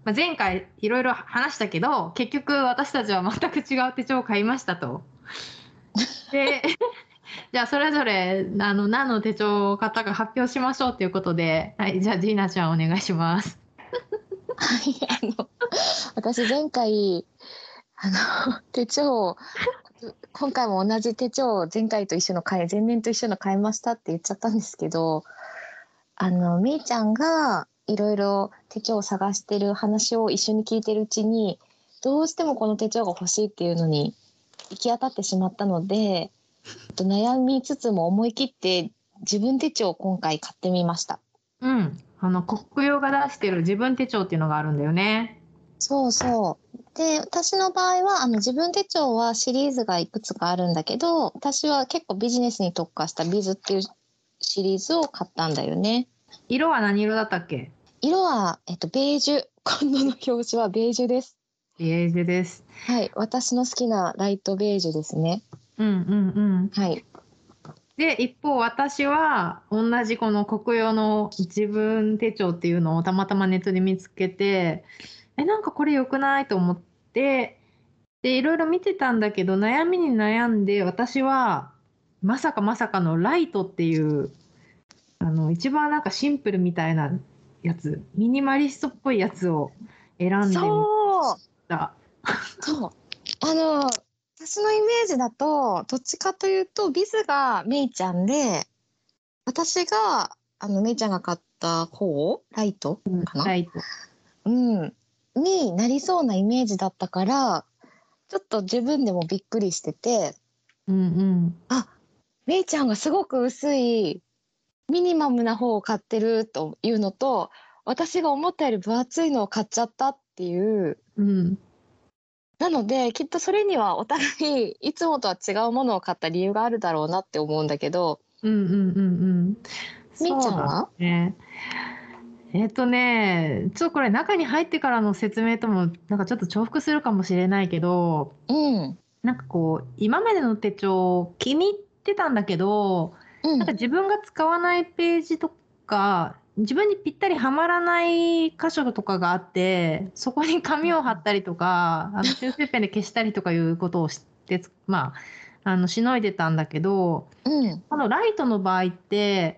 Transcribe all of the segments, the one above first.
まあ、前回いろいろ話したけど、結局私たちは全く違う手帳を買いましたと。で、じゃあそれぞれ何の手帳を買ったか発表しましょうということで、はい、じゃあジーナちゃんお願いします。 はい、私前回手帳を今回も同じ手帳を前年と一緒の買いましたって言っちゃったんですけど、みーちゃんがいろいろ手帳を探してる話を一緒に聞いてるうちに、どうしてもこの手帳が欲しいっていうのに行き当たってしまったので、悩みつつも思い切って自分手帳を今回買ってみました。 うん。国用が出してる自分手帳っていうのがあるんだよね。 そうそう。で、私の場合は自分手帳はシリーズがいくつかあるんだけど、私は結構ビジネスに特化したビズっていうシリーズを買ったんだよね。 色は何色だったっけ？ 色は、ベージュ。今度の表紙はベージュです。 ベージュです。 はい。私の好きなライトベージュですね。 うんうんうん。 はい。 で、一方私は同じこの国用の自分手帳っていうのをたまたまネットで見つけて、なんかこれ良くないと思って、で、いろいろ見てたんだけど、悩みに悩んで、私はまさかまさかのライトっていう、一番なんかシンプルみたいなやつ、ミニマリストっぽいやつを選んでみそう。 た。 そう。私のイメージだと、どっちかというと、ビズがメイちゃんで、私が、メイちゃんが買った方、ライトかな、 ライト。 うん。になりそうなイメージだったから、ちょっと自分でもびっくりしてて、 うんうん。 あ、メイちゃんがすごく薄い、ミニマムな方を買ってるというのと、私が思ったより分厚いのを買っちゃったっていう。 うん。 なので、きっとそれにはお互いいつもとは違うものを買った理由があるだろうなって思うんだけど、 うんうんうんうん。 みーちそうだゃんは？ ね。ちょっとこれ中に入ってからの説明ともなんかちょっと重複するかもしれないけど、 うん、 なんかこう今までの手帳気に入ってたんだけど、 うん、 なんか自分が使わないページとか、自分にぴったりはまらない箇所とかがあって、そこに紙を貼ったりとか、修正ペンで消したりとかいうことをして、まあ、しのいでたんだけど、 うん、 このライトの場合って、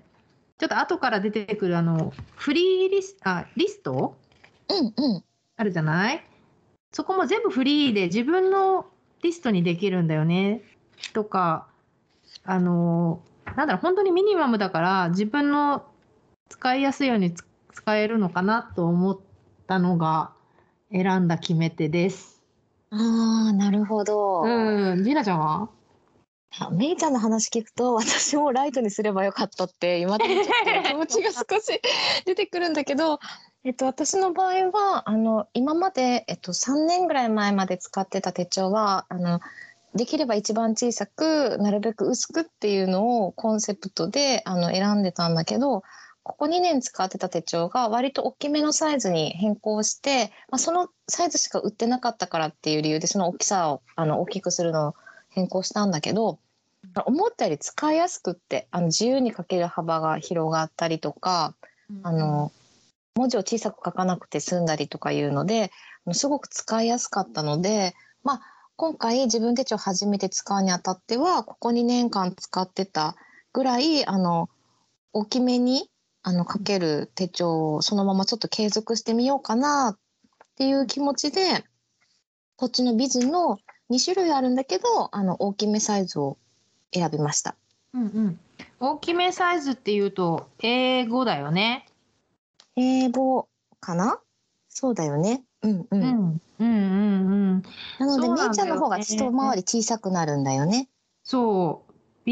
ちょっと後から出てくるフリーリストうん、うん。 あるじゃない？そこも全部フリーで自分のリストにできるんだよね。とか、なんだろう、本当にミニマムだから自分の使いやすいように使えるのかなと思ったのが選んだ決め手です。 ああ、なるほど。 うん、ジーナちゃんは？ メイちゃんの話聞くと、私もライトにすればよかったって、未だにちょっと気持ちが少し出てくるんだけど、私の場合は、今まで、3年ぐらい前まで使ってた手帳は、できれば一番小さく、なるべく薄くっていうのをコンセプトで、選んでたんだけど、ここ2年使ってた手帳が割と大きめのサイズに変更して、まあ、そのサイズしか売ってなかったからっていう理由で、その大きさを大きくするのを変更したんだけど、思ったより使いやすくって、自由に書ける幅が広がったりとか、あの文字を小さく書かなくて済んだりとかいうので、すごく使いやすかったので、まあ、今回自分手帳初めて使うにあたっては、ここ2年間使ってたぐらい大きめに書ける手帳をそのままちょっと継続してみようかなっていう気持ちで、こっちのビズの2種類あるんだけど、大きめサイズを選びました。 うんうん。大きめサイズっていうと、英語だよね。 英語かな？そうだよね。うんうん。 うん。うんうんうん。 なので、 そうめいちゃんのなんだよ方が一回ね。 り小さくなるんだよね。 そう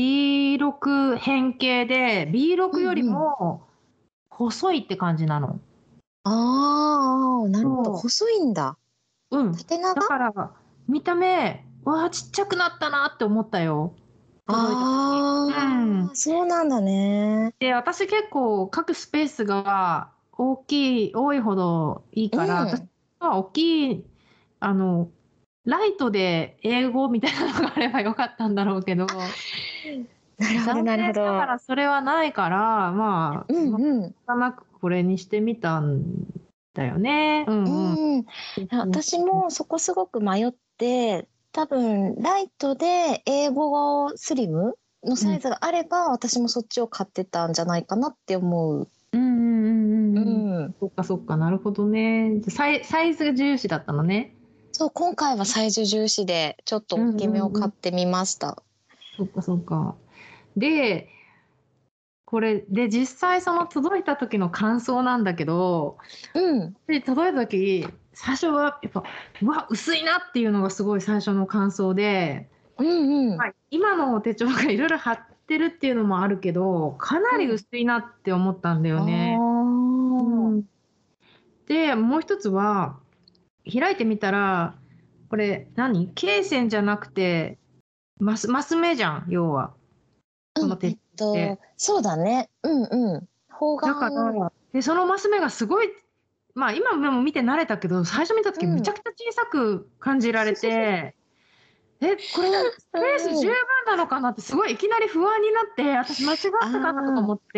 。B6 変形で、 う B6 よりんうん。 も細いって感じなの。 ああ、なるほど。 そ細いんだ。 う。うん。 縦長？ だから、見た目、わあ、ちっちゃくなったなって思ったよ。届いた時。うん。 ああ、そうなんだね。 で、私結構書くスペースが多いほどいいうから、私ん。 は大きい、あの、ライトで英語みたいなのがあればよかったんだろうけど、 なるほど、 残なるほ念ながど。 らそれはないから、 うんうん。 仕方なくこれにしてみたんだよね。ううんうん。 私もそこすごく迷って、多分ライトで英語スリムのサイズがあれば、私もそっちを買ってたんじゃないかなって思う。 うんうんうんううん。 ん。 そっかそっか、なるほどね。じゃサイズ重視だったのね。 そう、今回はサイズ重視でちょっとうん大きめをうんうん。 買ってみました。 そっかそっか。で、これで実際その届いた時の感想なんだけど、 うん。 で届いた時最初はやっぱうわ薄いなっていうのがすごい最初の感想で、 うんうん。 はい、今の手帳がいろいろ貼ってるっていうのもあるけどかなりうん。 薄いなって思ったんだよあね。うあ。 ん、でもう一つは開いてみたらこれ何罫線じゃなくてマス目じゃん要はこうん。 の手帳って。 そうだね。うんうん。方だか眼。 ら、で、そのマス目がすごい、まあ、今でも見て慣れたけど、最初見た時めうん。 ちゃくちゃ小さく感じられて、これスペース十分うんうん。 なのかなってすごいいきなり不安になって、私間違あったかなとかあ。 思って、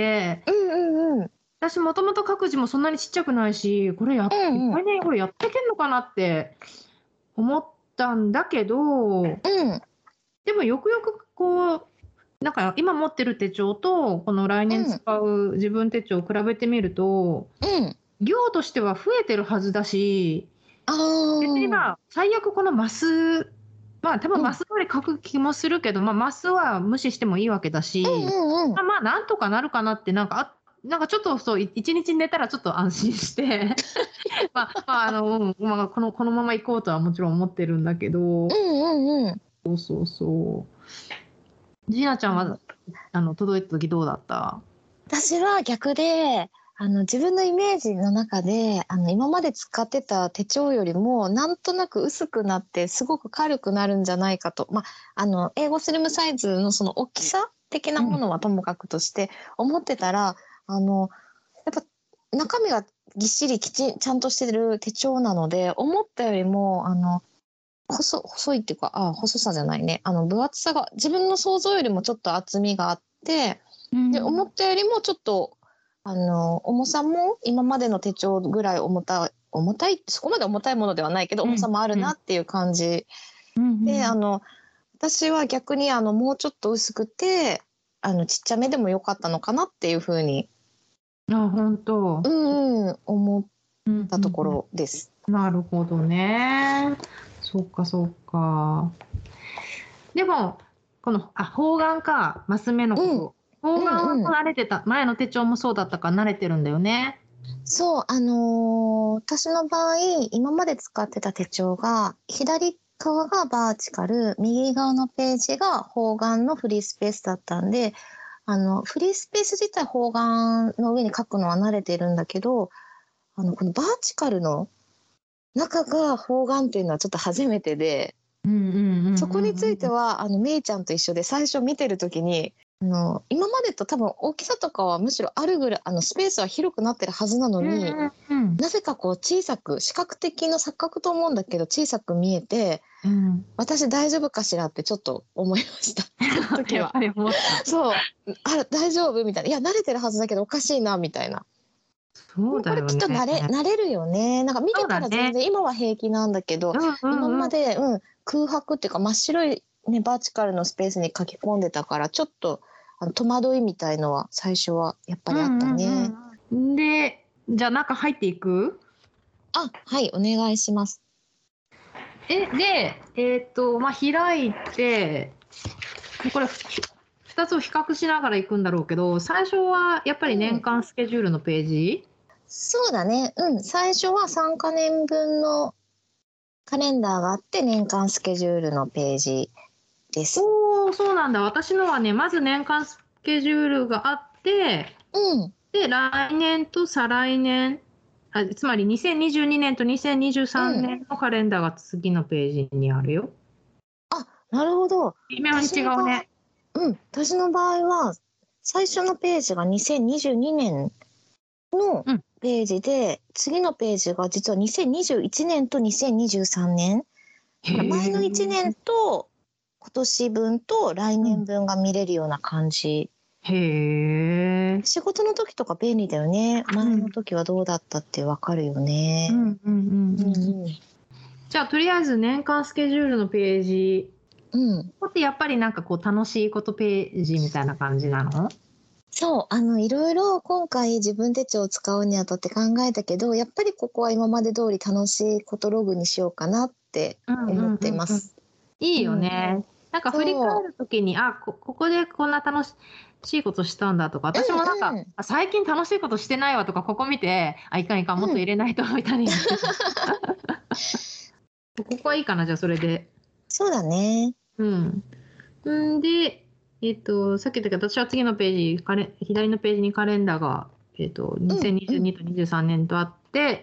うんうんうん。 私もともと書く字もそんなにちっちゃくないし、 うんうん。 来年これやっていけんのかなって思ったんだけど、 うん。 でもよくよくこう、なんか今持ってる手帳と、この来年使うん。 う自分手帳を比べてみると、 うん。 量としては増えてるはずだし、 ああ。 別にまあ、最悪このマス、まあ多分うん。 マス通り書く気もするけど、まあマスは無視してもいいわけだし、 うんうんうん。 まあなんとかなるかなってなんかちょっとそう、一日寝たらちょっと安心してまあこのまま行こうとはもちろん思ってるんだけど、 うんうんうん。 そうそう。ジーナちゃんは、届いた時どうだった？ 私は逆で、自分のイメージの中で、今まで使ってた手帳よりも、なんとなく薄くなって、すごく軽くなるんじゃないかと。まあ、英語スリムサイズのその大きさ的なもうん。 のはともかくとして思ってたら、やっぱ中身がぎっしりちゃんとしてる手帳なので、思ったよりも、細いっていうか、細さじゃないね。分厚さが、自分の想像よりもちょっと厚みがあって、で、思ったよりもちょっと、重さも今までの手帳ぐらい重たい、そこまで重たいものではないけど、 うん。 重さもあるうん。 なっていう感じ。 うんうで、 ん。 私は逆にもうちょっと薄くて、ちっちゃめでもよかったのかなっていうふうに、 あ、本当。 思っうんたとこうんうん。 ろです。 なるほどね。そっかそっか。でも、方眼か、マス目のうん。 こと。方眼はうんうん。 慣れてた。前の手帳もそうだったから慣れてるんだよね。 そう、私の場合、今まで使ってた手帳が、左側がバーチカル、右側のページが方眼のフリースペースだったんで、フリースペース自体方眼の上に書くのは慣れているんだけど、このバーチカルの中が方眼っていうのはちょっと初めてで、 うんうんうんそこについうんうん。 ては、めいちゃんと一緒で、最初見てる時に、今までと多分大きさとかはむしろあるぐらい、スペースは広くなってるはずなのうんに、 うんうん。 なぜかこう小さく、視覚的な錯覚と思うんだけど、小さく見えて、 うん。 私大丈夫かしらってちょっと思いました。その時は。 やっぱり思った。 そう。大丈夫みたいな。いや、慣れてるはずだけどおかしいな、みたいな。でそうもこれきっとだよね。 慣れるよね。なんか見てそうただね。 ら全然、今は平気なんだけど、 うんうんうん。 今まで、空白っていうか真っ白いね、バーチカルのスペースに書き込んでたから、ちょっと、戸惑いみたいのは最初はやっぱりあったうんうんね。 うんうん。で、じゃあ中入っていく？ はい、お願いします。 で、まあ、開いて、これ、2つを比較しながら行くんだろうけど、最初はやっぱりうん。 年間スケジュールのページ？ そうだね。最初は3か年分のカレンダーがあって、年間スケジュールのページです。 おー、そうなんだ。私のはね、まず年間スケジュールがあって、 うん。 で、来年と再来年、つまり2022年と2023 うん。 年のカレンダーが次のページにあるよ。 なるほど。 微妙に違うね。 私の場合は、最初のページが2022年のうん。 ページで、次のページが実は2021年と2023年。 へだから前の1 え。 年と今年分と来うん。 年分が見れるような感じ。 へえ。 仕事の時とか便利だよね。前のうん。 時はどうだったってわかるよね。 うんうんうんうん。 ゃあとりあえず年間スケジュールのページ、 うん。 ここってやっぱりなんかこう楽しいことページみたいな感じなの？ そう、いろいろ今回自分手帳を使うにあたって考えたけど、やっぱりここは今まで通り楽しいことログにしようかなってうんう思っんうんうん。 てます。 いいようん。 ね。なんか振りそう。 返るときに、ここでこんな楽しいことしたんだとか、私もなんか、 うんうん。 最近楽しいことしてないわとか、ここ見て、いかんいかん、もっとうん。 入れないとみたいになってた。ここはいいかな、じゃあそれで。 そうだね。 うん。んで、さっき言ったけど、私は次のページ、左のページにカレンダーが、 うんうん。 2022と23年とあって、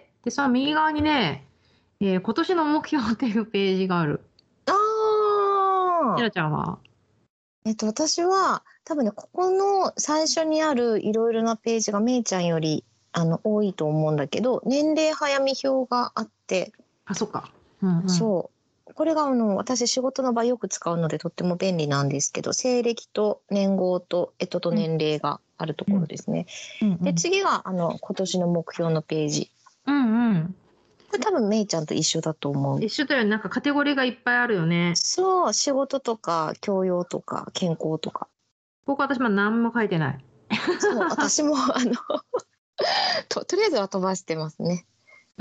で、その右側にね、今年の目標っていうページがある。ひああ。 らちゃんは？ 私は多分ね、ここの最初にあるいろいろなページがめいちゃんより多いと思うんだけど、年齢早見表があって、 あ、そっか。うんうん。 そう。これが私仕事の場よく使うのでとっても便利なんですけど、西暦と年号ととうん年齢があるところうんですね。で、 うんうん。 次が今年の目標のページ。 うんうん。 これ多分めいちゃんと一緒だと思う。 一緒だよね。なんかカテゴリーがいっぱいあるよね。 そう、仕事とか教養とか健康とか。 ここ私も何も書いてない。 そう、私もとりあえずは飛ばしてますね。 うん。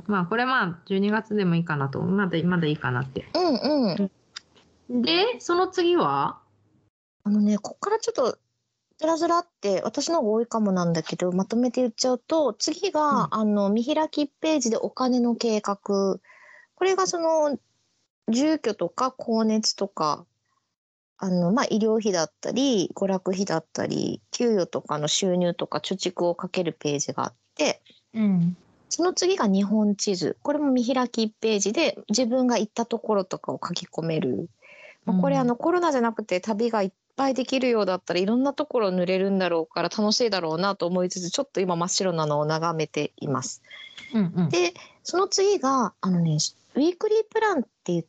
まあ、これ12月でもいいかなと。まだいいかなって。 うんうん。 で、その次は？ こっからちょっとずらずらって私の方が多いかもなんだけど、まとめて言っちゃうと、次うん。 が見開きページでお金の計画。これがその住居とか光熱とか、医療費だったり、娯楽費だったり、給与とかの収入とか貯蓄をかけるページがあって、 うん。 その次が日本地図。これも見開きページで自分が行ったところとかを書き込める。これうん。 コロナじゃなくて旅がいっぱいできるようだったらいろんなところ濡れるんだろうから楽しいだろうなと思いつつ、ちょっと今真っ白なのを眺めています。 うんうん。 で、その次がウィークリープランって言って、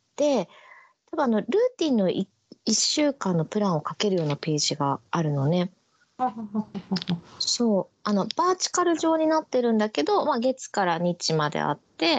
多分ルーティンの1週間のプランを書けるようなページがあるのね。 ほほほほほ。 そう、バーチカル上になってるんだけど、月から日まであって、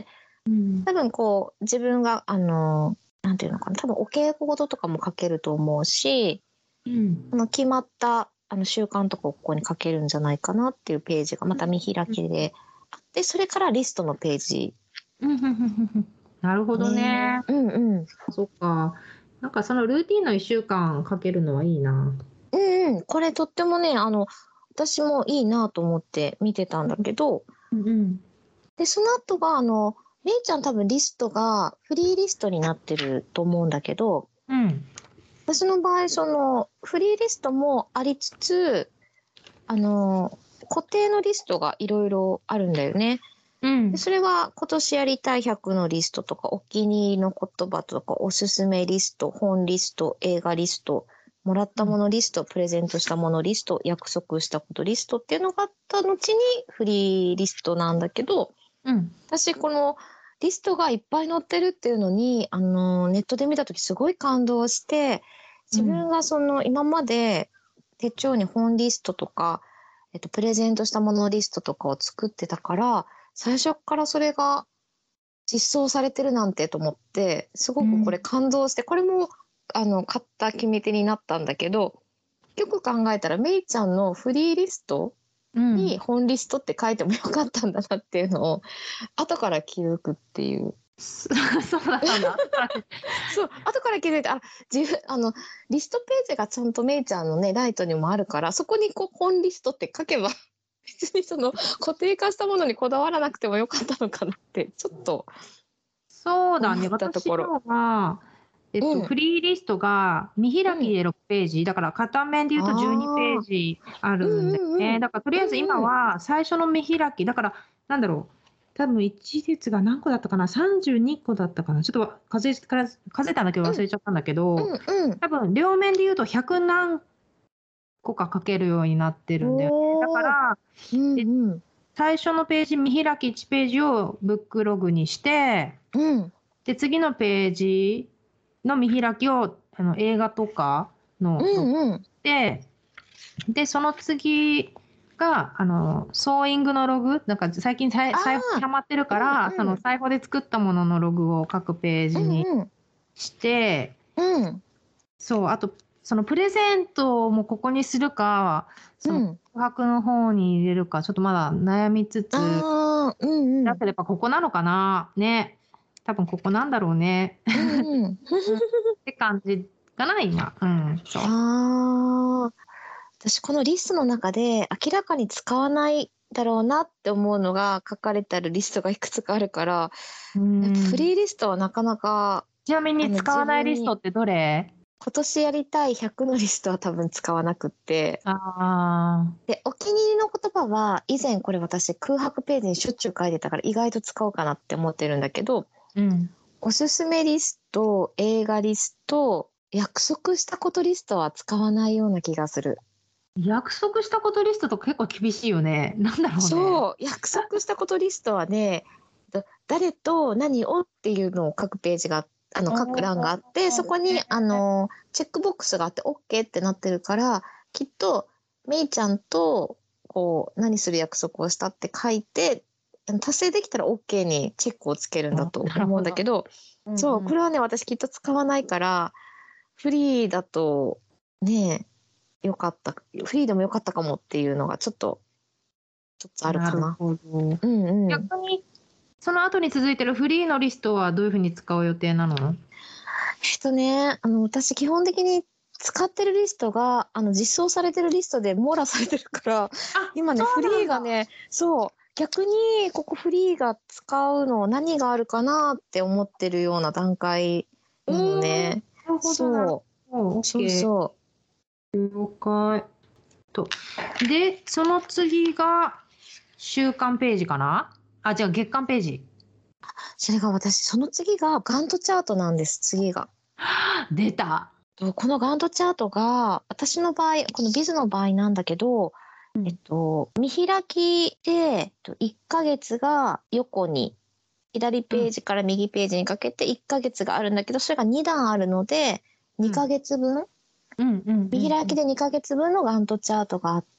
うん。 多分こう自分がなんていうのかな、多分お稽古事とかも書けると思うし、 うん。 決まった習慣とかをここに書けるんじゃないかなっていうページがまた見開きであって、それからリストのページうん、ふんふんふんふん。なるほどね。 ね。 うんうん。 そっか。なんかそのルーティンの1週間かけるのはいいな。 うんうん。これとってもね、私もいいなと思って見てたんだけど、 うんうん。 で、その後がめいちゃん多分リストがフリーリストになってると思うんだけど、 うん。 私の場合、そのフリーリストもありつつ、固定のリストがいろいろあるんだよね。で、 うん。 それは今年やりたい100のリストとか、お気に入りの言葉とか、おすすめリスト、本リスト、映画リスト、もらったものリスト、プレゼントしたものリスト、約束したことリストっていうのがあった後にフリーリストなんだけど、 うん。 私このリストがいっぱい載ってるっていうのに、ネットで見た時すごい感動して、自分がその今まで手帳に本リストとか、プレゼントしたものリストとかを作ってたから、最初からそれが実装されてるなんてと思って、すごくこれ感動して、これも買った決め手になったんだけど、よく考えたらめいちゃんのフリーリストうん。 に本リストって書いてもよかったんだなっていうのを後から気づくっていう。 そうだったんだ。 そう、後から気づいて、自分リストページがちゃんとめいちゃんのねライトにもあるから、そこにこう本リストって書けば別にその固定化したものにこだわらなくてもよかったのかなってちょっとそうだね。 思ったところ。 私のは、 うん。 フリーリストが見開うん。 きで6ページ、だから片面で言うと12ペーああ。 ジあうるんだよね。 んうんうん。 だからとりあえず今うんうん。 は最初の見開き、だからなんだろう、多分一列が何個だったかな、32個だったかな、ちょっと数えたんだけどうん忘れちゃったんだけど、 うんうん。 多分両面で言うと100何個か書けるようになってるんだよね。だかおお。 ら、えうんうん。 最初のページ、見開き1ページをブックログにして、 うん。 で、次のページの見開きを映画とかうのログんうん。 で、で、その次がソーイングのログ、なんか最近裁縫にハマってるから、 うんその裁縫で作ったもののログを各ページにして、そう、あとそのプレゼントもここにするか、その宿泊の方に入れるか、ちょっとまだ悩みつつ、だけどやっぱここなのかなね。多分ここなんだろうね。って感じかな、今。そう。 私このリストの中で明らかに使わないだろうなって思うのが書かれてあるリストがいくつかあるから、やっぱフリーリストはなかなか。 ちなみに使わないリストってどれ？ 今年やりたい100のリストは多分使わなくって。で、お気に入りの言葉は以前これ私空白ページにしょっちゅう書いてたから意外と使おうかなって思ってるんだけど、おすすめリスト、映画リスト、約束したことリストは使わないような気がする。 約束したことリストとか結構厳しいよね。なんだろうね。 そう、約束したことリストはね、誰と何をっていうのを書くページが書く欄があって、そこにチェックボックスがあって OK ってなってるから、きっとめいちゃんとこう何する約束をしたって書いて達成できたら OK にチェックをつけるんだと思うんだけど、そう、これはね私きっと使わないからフリーだとねよかった、フリーでもよかったかもっていうのがちょっとあるかな。 なるほど。逆にその後に続いてるフリーのリストはどういうふうに使う予定なの？ 私基本的に使ってるリストが実装されてるリストで網羅されてるから今ねフリーがね、そう逆にここフリーが使うの何があるかなって思ってるような段階なのね。そう了解と。でその次が週間ページかな。じゃあ月間ページ。 それが私その次がガントチャートなんです。次が出た。 このガントチャートが私の場合このビズの場合なんだけど、見開きで1ヶ月が横に左ページから右ページにかけて1ヶ月があるんだけど、それが2段あるので2ヶ月分、見開きで2ヶ月分のガントチャートがあって、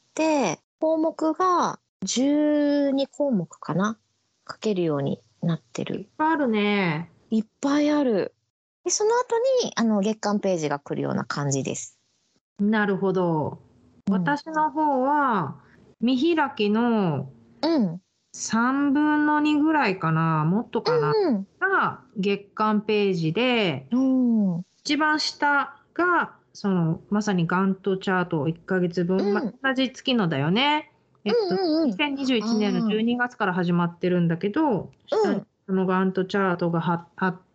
項目が12項目かな書けるようになってる。 いっぱいあるね。 いっぱいある。でその後に月間ページが来るような感じです。 なるほど。私の方は見開きの3分の2ぐらいかな、もっとかな、が月間ページで、一番下がそのまさにガントチャート1ヶ月分、同じ月のだよね。2021年の12月から始まってるんだけど、下にそのガントチャートがあって、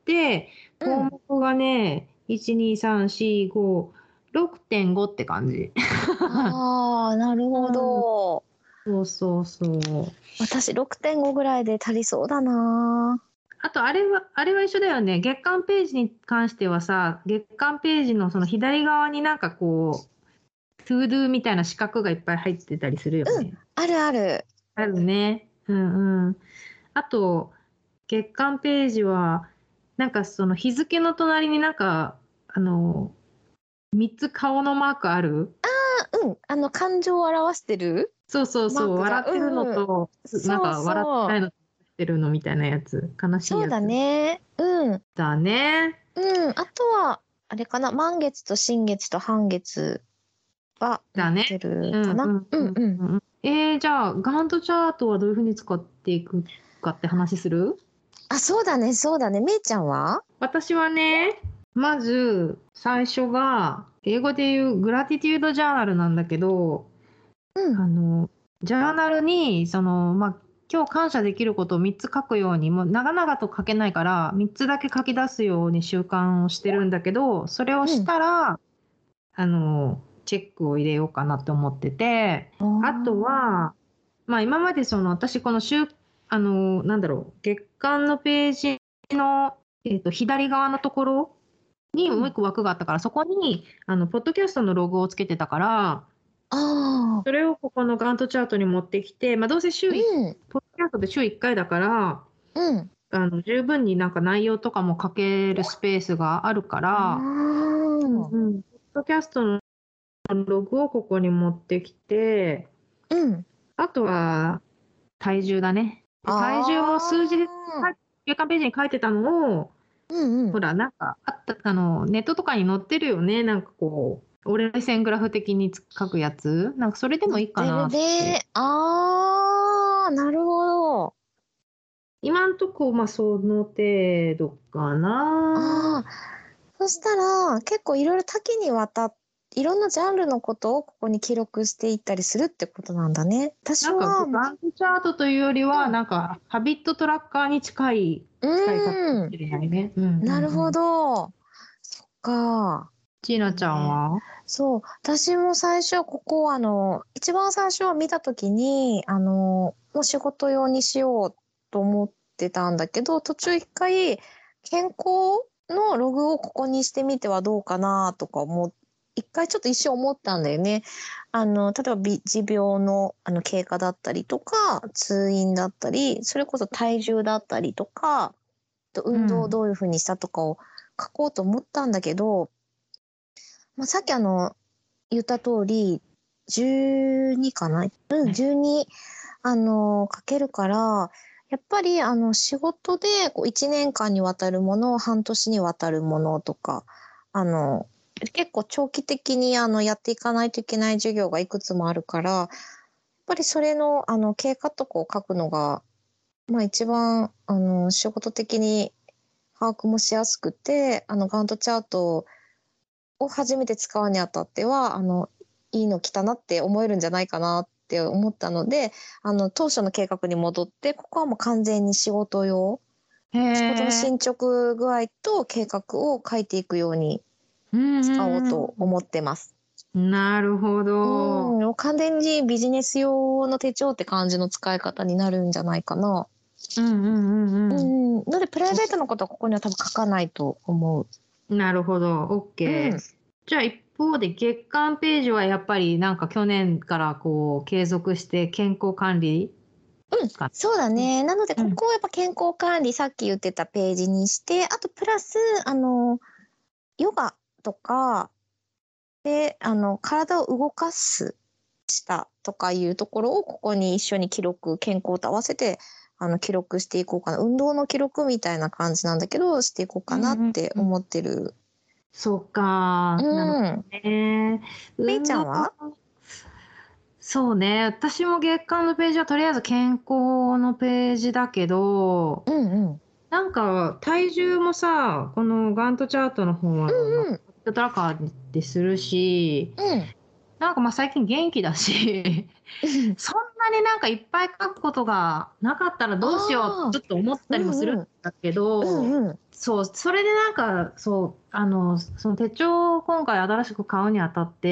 項目がね、1、2、3、4、5、6.5 って感じ。 なるほど。 そう。 私6.5 ぐらいで足りそうだな。 あとあれは一緒だよね。月間ページに関してはさ、月間ページのその左側になんかこう、トゥードゥみたいな四角がいっぱい入ってたりするよね。 あるある。 あるね。あと、月間ページは、なんかその日付の隣になんか、3つ顔のマークある？ 感情を表してる？ そう。笑ってるのと、なんか笑ってないのしてるのみたいなやつ。悲しいやつ。 そうだね。 だね。 あとは、あれかな、満月と新月と半月はやってるかな。 じゃあ、ガントチャートはどういうふうに使っていくかって話する？ そうだね。めいちゃんは？ 私はね、まず最初が英語で言うグラティテュードジャーナルなんだけど、ジャーナルに今日感謝できることを3つ書くように、もう長々と書けないから3つだけ書き出すように習慣をしてるんだけど、それをしたら、チェックを入れようかなって思ってて、あとは、今まで私この月間のページの、左側のところにもう一個枠があったから、そこにポッドキャストのログをつけてたから、それをここのガントチャートに持ってきて、どうせポッドキャストで週1回だから、十分になんか内容とかも書けるスペースがあるから、ポッドキャストのログをここに持ってきて、 あとは体重だね。で体重を数字で月間ページに書いてたのを、ほらなんかあったネットとかに載ってるよね。なんかこう折れ線グラフ的に書くやつ。なんかそれでもいいかなって。 なるほど。 今んとこまあその程度かな。 そしたら結構いろいろ多岐にわたっていろんなジャンルのことをここに記録していったりするってことなんだね。私なんかはガントチャートというよりは、なんかハビットトラッカーに近い使い方かもしれないね。 なるほど。そっか。 ちーなちゃんは？ そう、私も最初ここ一番最初見た時にもう仕事用にしようと思ってたんだけど、途中一回健康のログをここにしてみてはどうかなとか一回ちょっと一瞬思ったんだよね。例えば持病の経過だったりとか、通院だったり、それこそ体重だったりとか、運動をどういうふうにしたとかを書こうと思ったんだけど、さっき言った通り、12かな?12、書けるから、やっぱり仕事で1年間にわたるもの、半年にわたるものとか、結構長期的にやっていかないといけない授業がいくつもあるから、やっぱりそれの経過とかを書くのが、一番仕事的に把握もしやすくて、ガントチャートを初めて使うにあたってはいいの来たなって思えるんじゃないかなって思ったので、当初の計画に戻って、ここはもう完全に仕事用、仕事の進捗具合と計画を書いていくように使おうと思ってます。 なるほど。 完全にビジネス用の手帳って感じの使い方になるんじゃないかな。のでプライベートのことはここには多分書かないと思う。なるほど。OK。じゃあ一方で月間ページはやっぱりなんか去年からこう継続して健康管理？ そうだね。なのでここをやっぱ健康管理、さっき言ってたページにして、あとプラスヨガとかで体を動かしたとかいうところをここに一緒に健康と合わせて記録していこうかな。運動の記録みたいな感じなんだけどしていこうかなって思ってる。 そうか。なるほどね。 めいちゃんは？ そうね。私も月間のページはとりあえず健康のページだけど、なんか体重もさ、このガントチャートの方はトラッカーでするし、なんか最近元気だし、そんなになんかいっぱい書くことがなかったらどうしようってちょっと思ったりもするんだけど、そう、それでなんか、その手帳を今回新しく買うにあたって、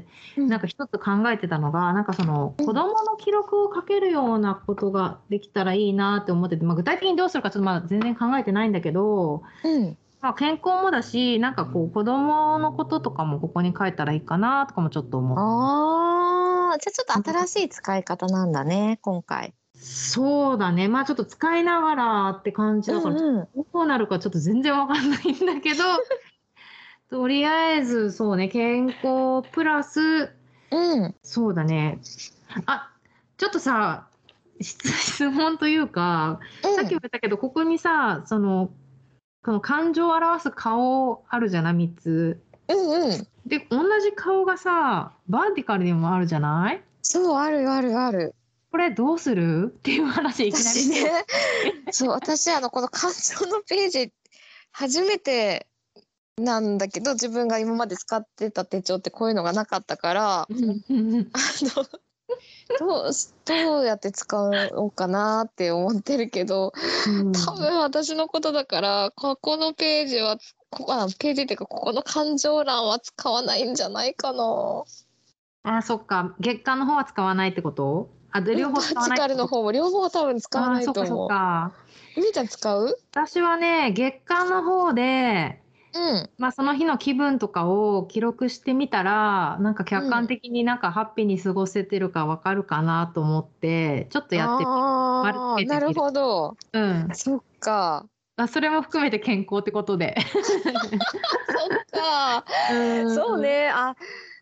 なんか一つ考えてたのが、なんかその子供の記録を書けるようなことができたらいいなって思ってて、具体的にどうするかちょっと全然考えてないんだけど、健康もだし、なんかこう子供のこととかもここに書いたらいいかなとかもちょっと思う。 じゃあちょっと新しい使い方なんだね、今回。 そうだね。ちょっと使いながらって感じだから、どうなるかちょっと全然わかんないんだけど、とりあえずそうね、健康プラス、そうだね。ちょっとさ、質問というか、さっきも言ったけど、ここにさ、この感情を表す顔あるじゃない、3つ。で、同じ顔がさ、バーティカルにもあるじゃない？ そう、あるあるある。 これどうするっていう話、いきなりね。 そう、私この感情のページ初めてなんだけど、自分が今まで使ってた手帳ってこういうのがなかったからどうやって使おうかなって思ってるけど、多分私のことだからここのページはページっていうかここの感情欄は使わないんじゃないかな。 そっか。月間の方は使わないってこと？両方使わないってこと？バーティカルの方も両方多分使わないと思う。 そっか。 みーちゃん使う？ 私はね、月間の方で、その日の気分とかを記録してみたら、なんか客観的になんかハッピーに過ごせてるかわかるかなと思って、ちょっとやってみる。 なるほど。そっか。 それも含めて健康ってことで。 そっか。そうね。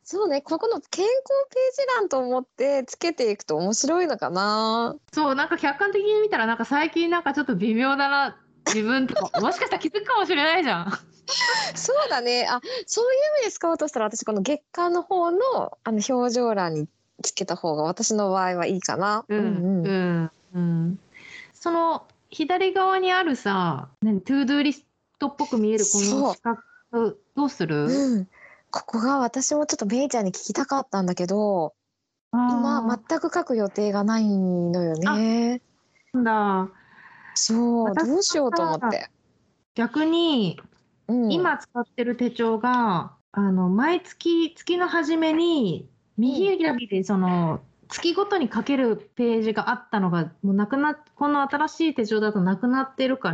そうね、ここの健康ページ欄と思ってつけていくと面白いのかな。 そう、なんか客観的に見たら、なんか最近なんかちょっと微妙だな、自分とか、もしかしたら気づくかもしれないじゃん。 そうだね。あ、そういう意味で使おうとしたら、私この月間の方の表情欄につけた方が私の場合はいいかな。 うん、 うんうん。 うん、うん。その左側にあるさ、トゥードゥーリストっぽく見えるこのそう。 四角、どうする？ うん。ここが私もちょっとめいちゃんに聞きたかったんだけど、今あ全く書く予定がないのよあ、 ね。 なんだ。 そう、 私どうしようと思っはさ、 て。 逆に、 うん。 今使ってる手帳が、毎月、月の初めに、見うん。 開きで、月ごとに書けるページがあったのが、もうなくなっ、この新しい手帳だとなくなってるから、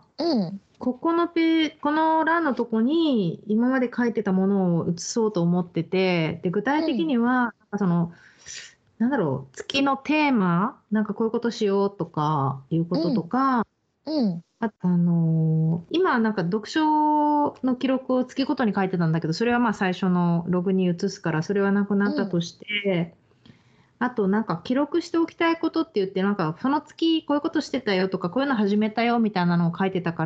うん。 この欄のとこに、今まで書いてたものを写そうと思ってて、で、具体的うん。 には、なんかなんだろう、月のテーマ、なんかこういうことしようとか、いうこととうん。 か、 うん。 今なんか読書の記録を月ごとに書いてたんだけど、それはまあ最初のログに移すから、それはなくなったうん。 として、あとなんか記録しておきたいことって言って、なんかその月こういうことしてたよとか、こういうの始めたよみたいなのを書いてたから、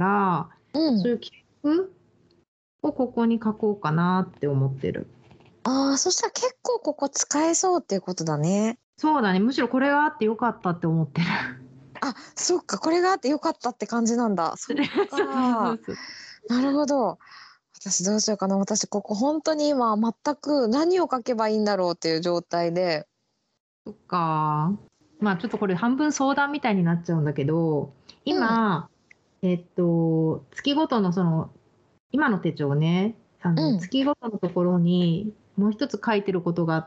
うん。 そういう記録をここに書こうかなって思ってる。 ああ、そしたら結構ここ使えそうっていうことだね。 そうだね。むしろこれがあってよかったって思ってる。 あ、そっか、これがあってよかったって感じなんだ。そっそうそうそか。 うそう。 なるほど。私どうしようかな。私ここ本当に今全く何を書けばいいんだろうっていう状態で。 そっか。まあちょっとこれ半分相談みたいになっちゃうんだけど、 うん。 今、月ごとの今の手帳ね、 うん。 月ごとのところにもう一つ書いてることがあって、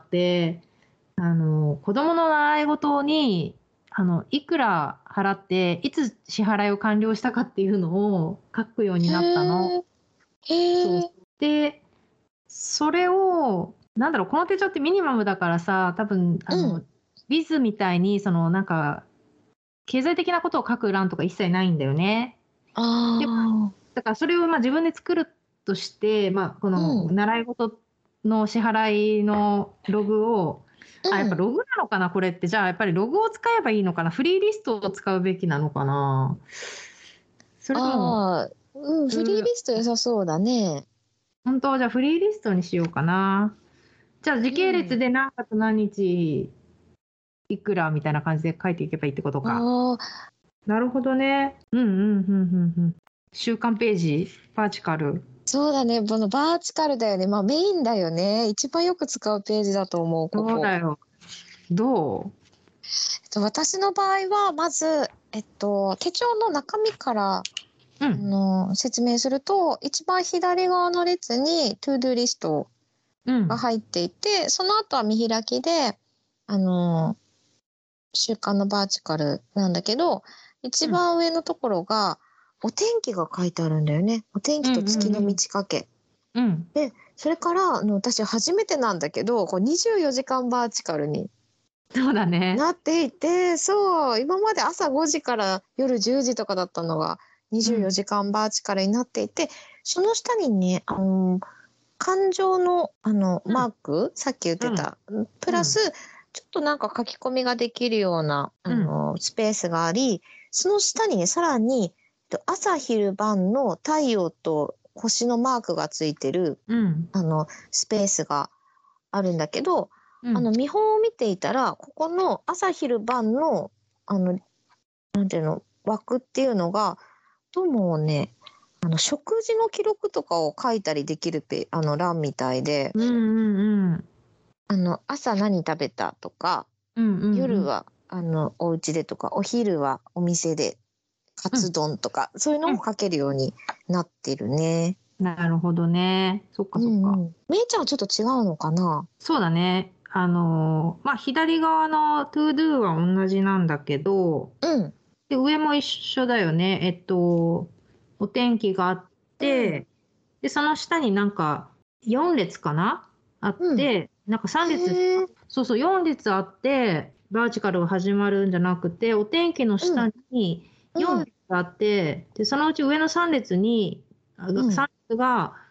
子供の習い事に、いくら払って、いつ支払いを完了したかっていうのを書くようにへなったの。 え。 そう。 へえ。 で、それを、なんだろう、この手帳ってミニマムだからさ、多分、 うん。 ビズみたいに、なんか、経済的なことを書く欄とか一切ないんだよね。 あで、 あ。 だからそれをまあ自分で作るとして、まあ、こうのん。 習い事の支払いのログを、あ、やっぱうん。 ログなのかな、これって。じゃあ、やっぱりログを使えばいいのかな、フリーリストを使うべきなのかな。それとも、 ああ。うん、フリーうリスト良さそうだね。 本当はじゃあフリーリストにしようかな。じゃあ時系列うん。 で何月何日いくらみたいな感じで書いていけばいいってことか。 ああ。 なるほどね。うんうんうんうんうん。週刊ページ、バーチカル。 そうだね、このバーチカルだよね。まあメインだよね。一番よく使うページだと思う、ここ。 そうだよ。ど私の場合は、まず、手帳の中身からう？うん。 説明すると、一番左側の列に To Do リストうん。 が入っていて、その後は見開きで、あの、週刊のバーチカルなんだけど、一うん。 番上のところが、お天気が書いてあるんだよね。お天気とうんうん月の満うん。 ち欠け。 うん。 で、それから、私初めてなんだけど、こう24時間バーチカルにそうだね。 なっていて、そう、今まで朝5時から夜10時とかだったのが、24 うん。 時間バーチカルになっていて、その下にね、感情の、 うん。 マーク、さっき言っうん。 てた、プラス、 うん。 ちょっとなんか書き込みができるような、 うん。 スペースがあり、その下にね、さらに、朝昼晩の太陽と星のマークがついてる、 うん。 スペースがあるんだけど、 うん。 見本を見ていたら、ここの朝昼晩の、なんていうの、枠っていうのが、どうもね、食事の記録とかを書いたりできる欄みたいで、 うんうんうん。 朝何食べたとか、 うんうんうん。 夜は、お家でとか、お昼はお店で、カツうん。 丼とか、そういうのうん。 も書けるようになってるね。 なるほどね。そっかうそっか。 んうん。めいちゃんはちょっと違うのかな。 そうだね。まあ、左側の To Do は同じなんだけど、 うん。 で、上も一緒だよね。お天気があっうん。 て、で、その下になんか4列かなあっうん。 て、なんか3列、 へえ。 そうそう、4列あって、バーチカルが始まるんじゃなくて、お天気のうん。 下に4 うん。 列あって、で、そのうち上の3列に、 うん。 3列が、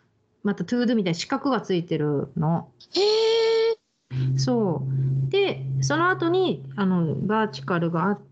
またトゥードゥみたいな四角がついてるの。 へえ。 そうでその後にバーチカルがあって、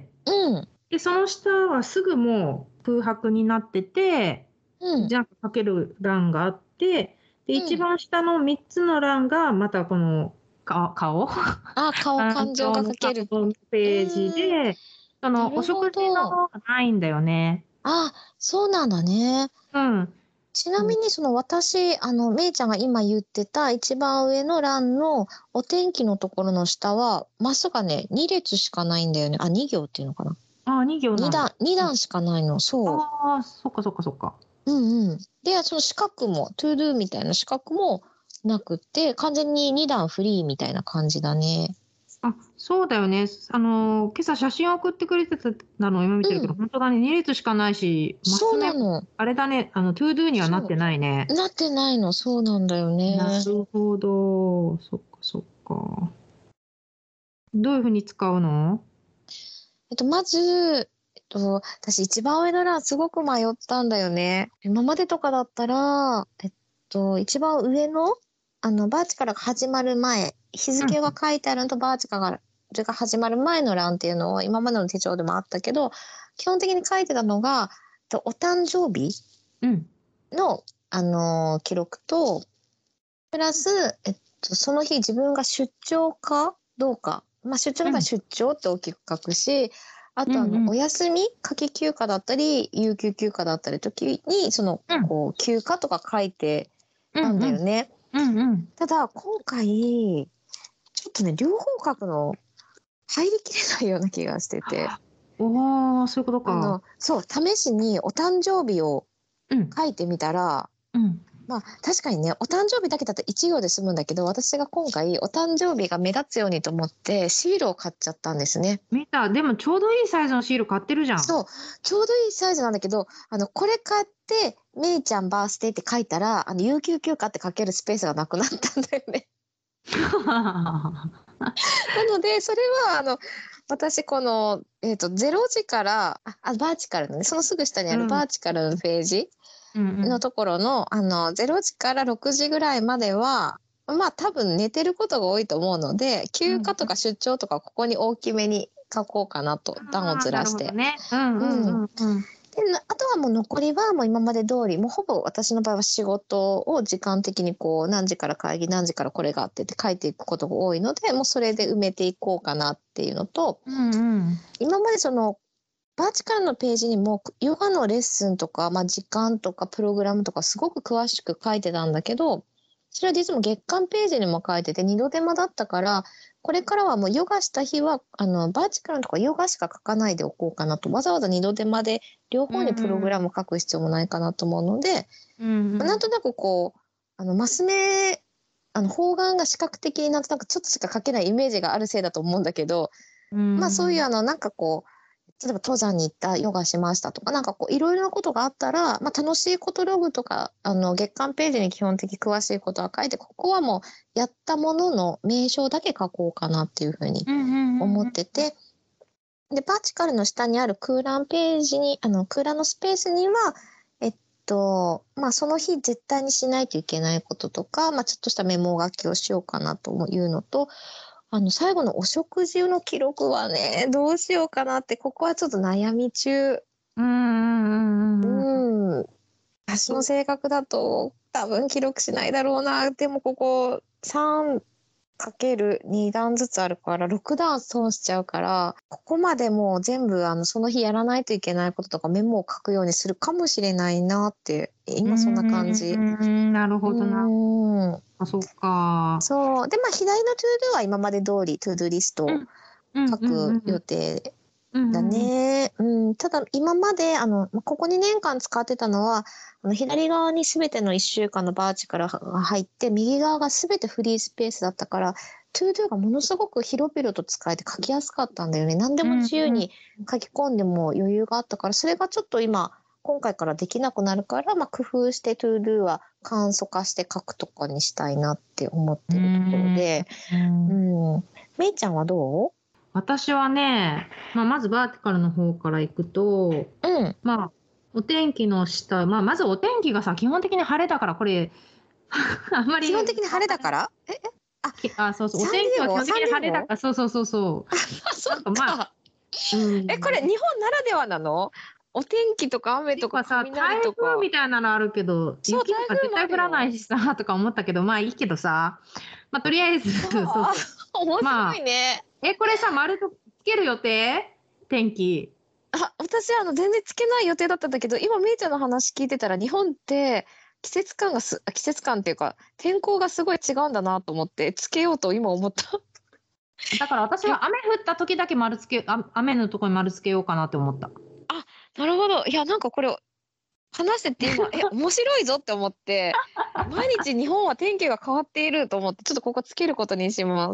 うん。 でその下はすぐもう空白になってて、 うん。 ジャンプかける欄があって、で一うん。 番下の3つの欄がまたこの顔あ、感情が顔の書ける。うページーん。 で、そのおなるほ食事のど。 方がないんだよね。 あ、そうなんだね。 うん。 ちなみにその私、めいちゃんが今言ってた一番上の欄のお天気のところの下は、マスがね、2列しかないんだよね。あ、2行っていうのかな。 あ、2行なんだ。 2 うん。 段しかないの。そああ、そっかそっかそっか。 う。うんうん。で、その四角も、トゥードゥみたいな四角もなくって、完全に2段フリーみたいな感じだね。 あ、そうだよね。今朝写真を送ってくれてたのを今見てるけど、 うん。 本当だね。2列しかないし、マそうス目も、 なの。 あれだね。トゥードゥにはなっそてないね。 う。なってないの。そうなんだよね。 なるほど。そっかそっか。どういうふうに使うの？ まず、私一番上の欄すごく迷ったんだよね。今までとかだったら、一番上の、バーチカルが始まる前、日うん。 付が書いてあるのとバーチカルが始まる前の欄っていうのを今までの手帳でもあったけど、基本的に書いてたのが、お誕生日うん。 の、記録と、プラス、その日自分が出張かどうか。まあ、出張だったらうん。 出張って大きく書くし、あとうんうん。 お休み、夏季休暇だったり、有給休暇だったり時に、 うん。 こう、休暇とか書いてたんうんうん。 だよね。 うんうん。 ただ、今回、ちょっとね、両方書くの入りきれないような気がしてて。 おー、そういうことか。 そう、試しにお誕生日をうん。 書いてみたら、 うん。 まあ、確かにね、お誕生日だけだと1行で済むんだけど、私が今回お誕生日が目立つようにと思ってシールを買っちゃったんですね。 見た。でもちょうどいいサイズのシール買ってるじゃん。 そう、ちょうどいいサイズなんだけど、これ買って、めいちゃんバースデーって書いたら、有給休暇って書けるスペースがなくなったんだよね。なので、それは、私、この、0時から、バーチカルのね、そのすぐ下にあるバうん。 ーチカルのページうんうん。 のところの、0時から6時ぐらいまでは、まあ多分寝てることが多いと思うので、休暇とうんうん。 か出張とかここに大きめに書こうかなと、段をああ、なるずらして。 ほどね。うんううん。 んうんうん。 で、あとはもう残りはもう今まで通り、もうほぼ私の場合は仕事を時間的にこう、何時から会議、何時からこれがあってって書いていくことが多いので、もうそれで埋めていこうかなっていうのと、 うんうん。 今までそのバーチカルのページにもヨガのレッスンとか、まあ、時間とかプログラムとかすごく詳しく書いてたんだけど、それは実も月間ページにも書いてて二度手間だったから、これからはもうヨガした日はバーチカルのとかヨガしか書かないでおこうかなと、わざわざ二度手間で両うん方にプログラム書く必要もないかなと思うので、 うんうん。 なんとなくこうマス目方眼が視覚的になんとなくちょっとしか書けないイメージがあるせいだと思うんだけど、 うまあそういうん。 なんかこう例えば登山に行ったヨガしましたとか、なんかこういろいろなことがあったら、まあ、楽しいことログとか月間ページに基本的詳しいことは書いて、ここはもうやったものの名称だけ書こうかなっていうふうにうんうんうん思うん。 ってて、でバーチカルの下にある空欄ページに空欄のスペースにはえっまあその日絶対にしないといけないこととか、まあ、ちょっとしたメモ書きをしようかなというのと、最後のお食事の記録はね、どうしようかなって、ここはちょっと悩み中。 うんうんうんうんうん。 うん。私の性格だと多分記録しないだろうな。でもここ3かける2段ずつあるから6段損しちゃうから、ここまでもう全部その日やらないといけないこととかメモを書くようにするかもしれないなって、 うー今そんな感じ。 なるうほどな。 ーん。 あ、そっか。 そう。で、まあ左のトゥードゥは今まで通りトゥードゥリストをうん。うん書く予うんうん。 定だうんうんうん。 ね。うん、ただ今までここ2年間使ってたのは、左側に全ての1週間のバーチからが入って、右側が全てフリースペースだったから、トゥードゥがものすごく広々と使えて書きやすかったんだよね。何でもうんうん。 自由に書き込んでも余裕があったから、それがちょっと今回からできなくなるから、まあ、工夫してトゥードゥは簡素化して書くとかにしたいなって思っうーてるところん。 で、 うん。 うん。めいちゃんはど私はね、まずバーティカルの方から行くと、 う？うん。 まあお天気の下、まずお天気がさ、基本的に晴れだから、これあんまり基本的に晴れだから？ そうそう、おサンディエゴ？ 天気は基本的に晴れだサンディエゴ？ から、そうそうそうそあ、 う。 そっなんかまあ、 か。 うこれん。 日本ならではなの？お天気とか雨とかていうかさ、台雷とか。 風みたいなのあるけど、 そう、 雪と台風か絶対降らなもあるよ。 いしさ、とか思ったけど、まあいいけどさ、とりあえず、そうあそう。 面白いまあ、 ね。 これさ、丸とつける予定天気。 私全然つけない予定だったんだけど、今めいちゃんの話聞いてたら、日本って季節感っていうか、天候がすごい違うんだなと思って、つけようと今思った。 だから私は雨降った時だけ雨のとこに丸つけようかなって思った。 あ、なるほど。いや、なんかこれ話してて今、面白いぞって思って、毎日日本は天気が変わっていると思って、ちょっとここつけることにします。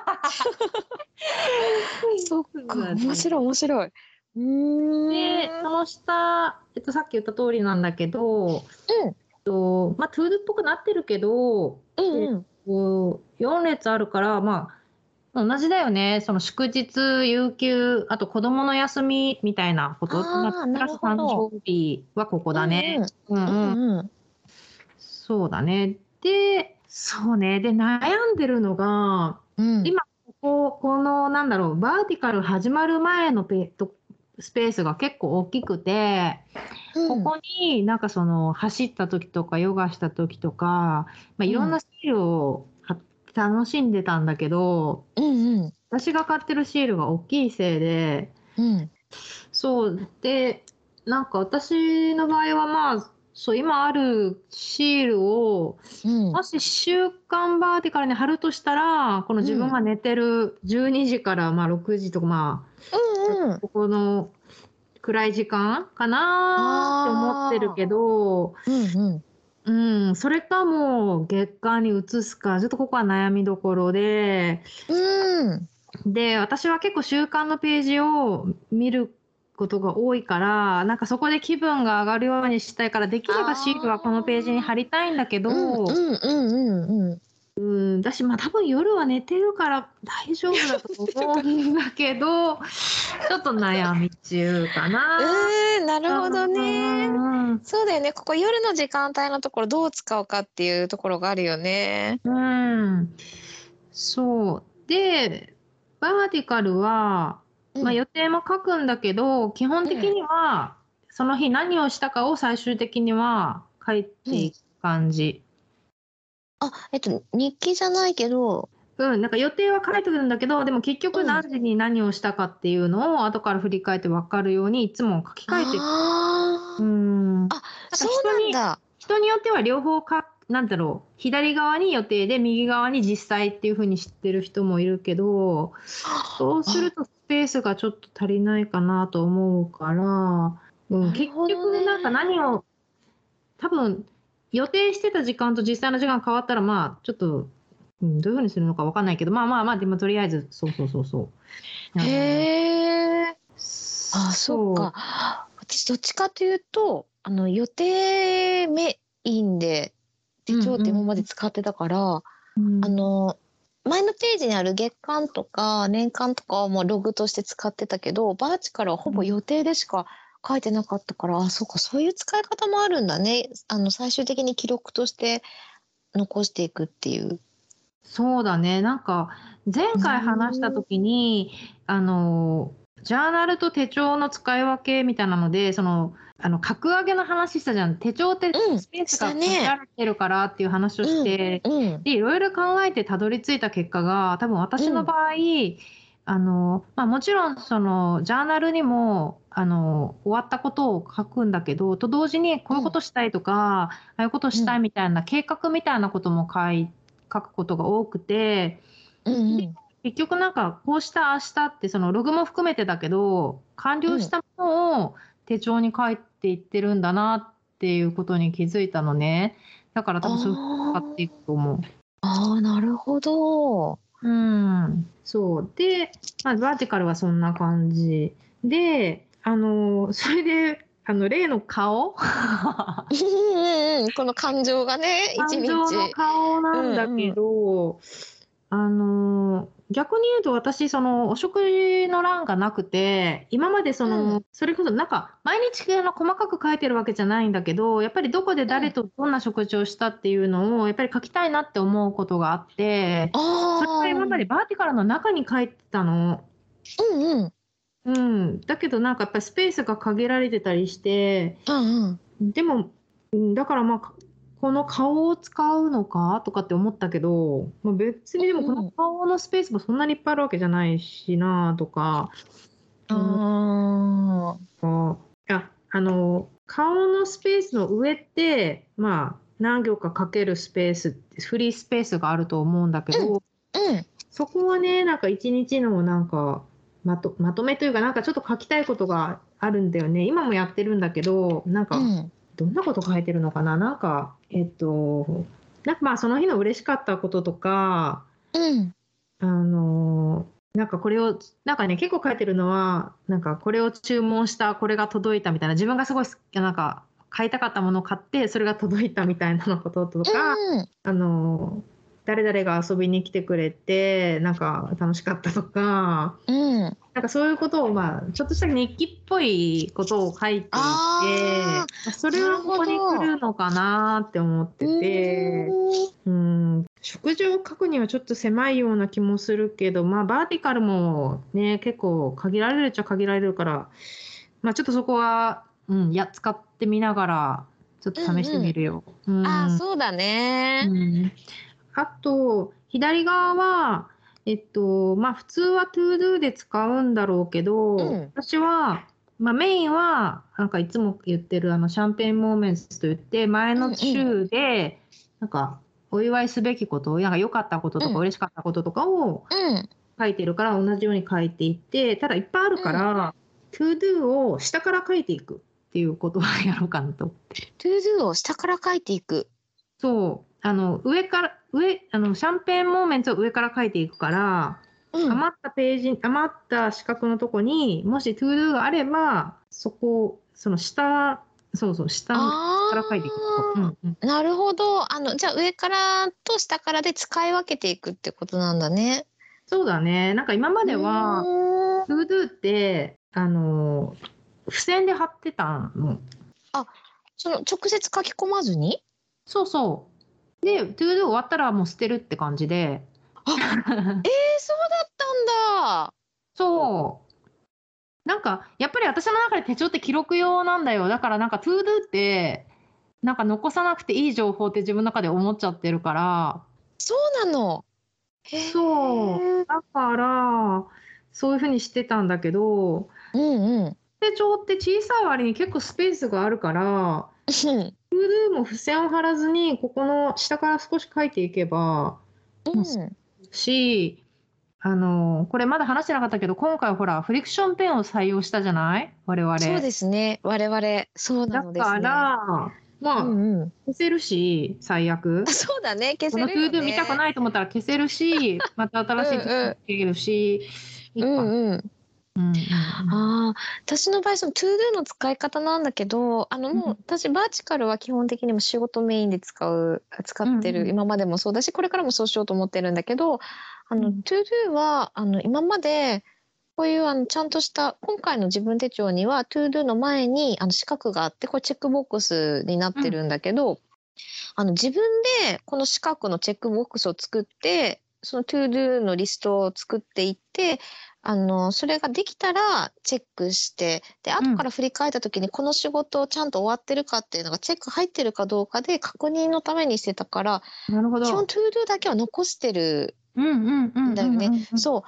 そっか、 そうだ面白いね。 面白い。 で、その下、さっき言った通りなんだけど、 うん、 トゥードっぽくなってるけど、 うんうん。 4列あるから、同じだよね。その祝日、有給、あと子供の休みみたいなこと、 ああ、なるプラス誕ほど。 生日はここうんだね。 うん。ううんうん。 んうん。 そうだね。で、そうね。で、悩んでるのが、 うん。 今、この、なんだろう、バーティカル始まる前のスペースが結構大きくて、こうん。 こになんかその走った時とかヨガした時とか、いろんうん。 なシールを楽しんでたんだけど、 うんうん。 私が買ってるシールが大きいせいで、 うん。 そうで、なんか私の場合はそう、今あるシールを、 うん。 もし週刊バーティカルに貼るとしたら、この自分うん。 が寝てる12時から6時とか、 うんうん。 ここの暗い時間かなって思ってるああ。 けど、 うんうん。 うん、それかもう月間に移すか、ちょっとここは悩みどころで、 うん。 で、私は結構週刊のページを見ることが多いから、なんかそこで気分が上がるようにしたいから、できればシールはこのページに貼ああ。 りたいんだけうんうど、 んうんうんうん。 だし、多分夜は寝てるから大丈夫だと思うんだけど、ちょっと悩み中かな。 なるほどうんうね。 んうんそうだよね。ここ夜の時間帯のところどう使うかっていうところがあるよね。 うん。そう。で、バーティカルは、 うん。 予定も書くんだけど、基本うん。 的には、その日何をしたかを最終的には書いうん。 ていく感じ。 日記じゃないけど。 なんか予定は書いてくるんだけど、でも結局うん。 何時に何をしたかっていうのを後から振り返って分かるようにいつも書き換えてる。うあん。 あ。あ、 なんかそうなんだ。 人によっては両方なんだろう、左側に予定で右側に実際っていう風に知ってる人もいるけど、そうするあ、 とスペースがちょっと足りないかなと思うから、 なる結ほどね。 局なんか多分予定してた時間と実際の時間変わったらちょっと、どういう風にするのかわかんないけど、でもとりあえず、そうそうそうそう。 へえ。あ、そっそう。 か。私どっちかというと、予定メインで手帳って今まで使ってたから、 うん。 前のページにある月間とか年間とかはもうログとして使ってたけど、バーチカルはほぼ予定でしか書いてなかったから、あ、そうか、そういう使い方もあるんだね。最終的に記録として残していくっていう。 そうだね。なんか、前う回話したーん。 時に、ジャーナルと手帳の使い分けみたいなので、格上げの話したじゃん。手帳ってうん、 スペースしたが限らね。 れてるからっていう話をしうん、 て、 うん、 で、いろいろ考えてたどり着いた結果が、多分私の場合、もちろんジャーナルにも、終わったことを書くんだけど、と同時にこういうこうん、 としたいとか、ああいうことしたいうん、 みたいな計画みたいなことも書くことが多くて、 うん、うで、 ん、 結局なんか、こうした明日ってそのログも含めてだけど、完うん。 了したものを手帳に書いていってるんだなっていうことに気づいたのね。だから多分そういうふうに使っていくと思う。 ああ、なるほど。 そう。で、バーティカルはそんな感じ。で、それで、例の顔うんうんうん、この感情がね、1 感情の日。 顔うなんだけんうん。 ど、 逆に言うと私、その、お食事の欄がなくて、今までその、それこそなんか、毎日細かく書いてるわけじゃないんだけど、やっぱりどこで誰とどんな食事をしたっていうのを、やっぱり書きたいなって思うことがあって、それが今までバーティカルの中に書いてたの。 うんうん。 うん。だけどなんかやっぱりスペースが限られてたりして、 うんうん。 でも、だからまあ、この顔を使うのかとかって思ったけど、まあ、別にでもこの顔のスペースもそんなにいっぱいあるわけじゃないしなとか、 あ顔のスペースの上って、まあ、何行か書けるスペース、フリースペースがあると思うんだけど、そこはね、なんか一日のなんかまとめというか、なんかちょっと書きたいことがあるんだよね。今もやってるんだけど、なんか、どんなこと書いてるのかな、なんか、なんかまあその日の嬉しかったこととか、あの、なんかこれを、なんかね、結構書いてるのは、なんかこれを注文した、これが届いたみたいな、自分がすごいなんか買いたかったものを買って、それが届いたみたいなのこととか、誰々が遊びに来てくれて、なんか楽しかったとか、なんかそういうことを、まあ、ちょっとした日記っぽいことを書いていて、それはここに来るのかなって思ってて、食事を書くにはちょっと狭いような気もするけど、まあ、バーティカルもね、結構限られるっちゃ限られるから、まあ、ちょっとそこは、使ってみながら、ちょっと試してみるよ。 そうだね。 あと、左側は、まあ、普通は ToDo で使うんだろうけど、私は、まあ、メインは、なんかいつも言ってるシャンペーンモーメンツと言って、前の週で、なんか、お祝いすべきこと、なんか良かったこととか嬉しかったこととかを書いてるから、同じように書いていって、ただいっぱいあるから、ToDo を下から書いていくっていうことをやろうかなと思って。 ToDo を下から書いていく。 そう。上から、シャンペーンモーメントを上から書いていくから、余った四角のとこにもし ToDo があれば、その下から書いていく。 なるほど。じゃあ上からと下からで使い分けていくってことなんだね。 そうだね。なんか今までは、ToDo って、付箋で貼ってたの。 その直接書き込まずに？ そうそう。で、ToDo 終わったらもう捨てるって感じで。 そうだったんだ。 そう。なんか、やっぱり私の中で手帳って記録用なんだよ。だからなんか ToDo って、なんか残さなくていい情報って自分の中で思っちゃってるから。 そうなの。 そう。だから、そういう風にしてたんだけど、手帳って小さい割に結構スペースがあるから、ToDo も付箋を貼らずに、ここの下から少し書いていけば、これまだ話してなかったけど、今回ほら、フリクションペンを採用したじゃない我々。 そうですね。我々、そうなのですね。 だから、まあ、消せるし、最悪。 そうだね、消せるこのよ ToDo 見たくね。 ないと思ったら消せるし、また新しい ToDo つけるし、いいか。 私の場合、その ToDo の使い方なんだけど、もう私バーチカルは基本的にも仕事メインで使ってる、今までもそうだし、これからもそうしようと思ってるんだけど、ToDo は、今まで、こういうちゃんとした、今回の自分手帳には ToDo の前に四角があって、これチェックボックスになってるんだけど、自分でこの四角のチェックボックスを作って、その ToDo のリストを作っていって、それができたらチェックして、で、後から振り返った時にこの仕事をちゃんと終わってるかっていうのがチェック入ってるかどうかで確認のためにしてたから、基本 ToDo だけは残してるんだよね。そう。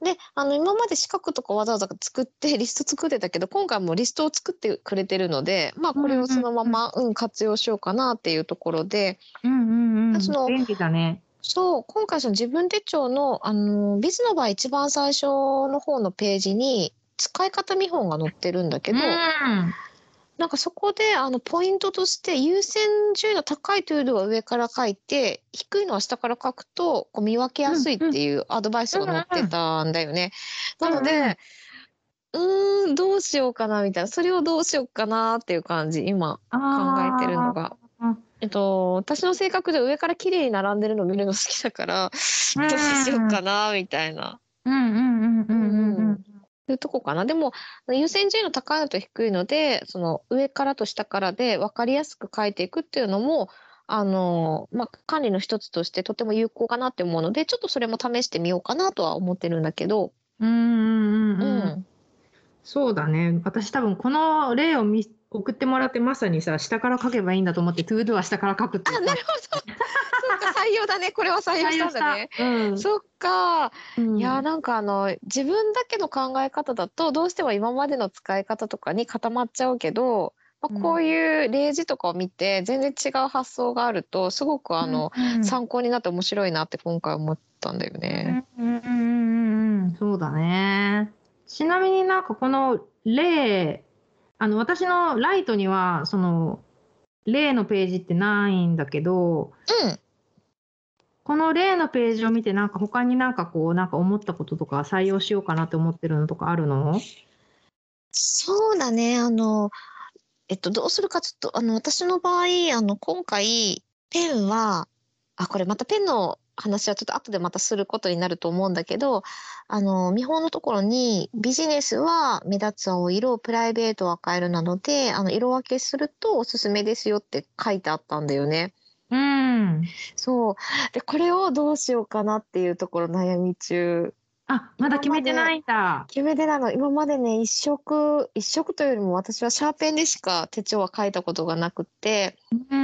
で、今まで四角とかわざわざ作って、リスト作ってたけど、今回もリストを作ってくれてるので、まあ、これをそのまま、活用しようかなっていうところで、 便利だね。 そう、今回その自分手帳の、ビズの場合一番最初の方のページに使い方見本が載ってるんだけど、なんかそこでポイントとして優先順位の高いトゥードゥは上から書いて、低いのは下から書くとこう見分けやすいっていうアドバイスが載ってたんだよね。なので、どうしようかなみたいな、それをどうしようかなっていう感じ、今考えてるのが。 私の性格で上から綺麗に並んでるのを見るの好きだから、 うどうしようかん。 な、みたいな。 うんうんうんううんうん。 んうんうん。 そういうとこかな。でも、優先順位の高いのと低いので、その上からと下からで分かりやすく書いていくっていうのも、管理の一つとしてとても有効かなって思うので、ちょっとそれも試してみようかなとは思ってるんだけど。 うんうんうんうん。 うん。 そうだね。私多分この例を送ってもらってまさにさ、下から書けばいいんだと思って、トゥードゥは下から書くってあ、 言ったの。 なるほど。そうか、採用だね。これは採用し採用した。 たんだね。 うん。 そっか。いや、 うん。 なんか自分だけの考え方だと、どうしても今までの使い方とかに固まっちゃうけど、こううん。 いう例示とかを見て、全然違う発想があると、すごくうんうん。 参考になって面白いなって今回思ったんだようね。 んうんうんうんうん。そうだね。ちなみになんかこの例、私のライトには、その、例のページってないんだけど、 うん。 この例のページを見て、なんか他になんかこう、なんか思ったこととか採用しようかなって思ってるのとかあるの？ そうだね。どうするかちょっと、私の場合、今回、ペンは、これまたペンの話はちょっと後でまたすることになると思うんだけど、見本のところに、ビジネスは目立つ青色、プライベートは赤色なので、色分けするとおすすめですよって書いてあったんだよね。 うん。 そう。で、これをどうしようかなっていうところ悩み中。 あ、まだ今まで決めてないんだ。 決め手なの。今までね、一色というよりも私はシャーペンでしか手帳は書いたことがなくって、 うん。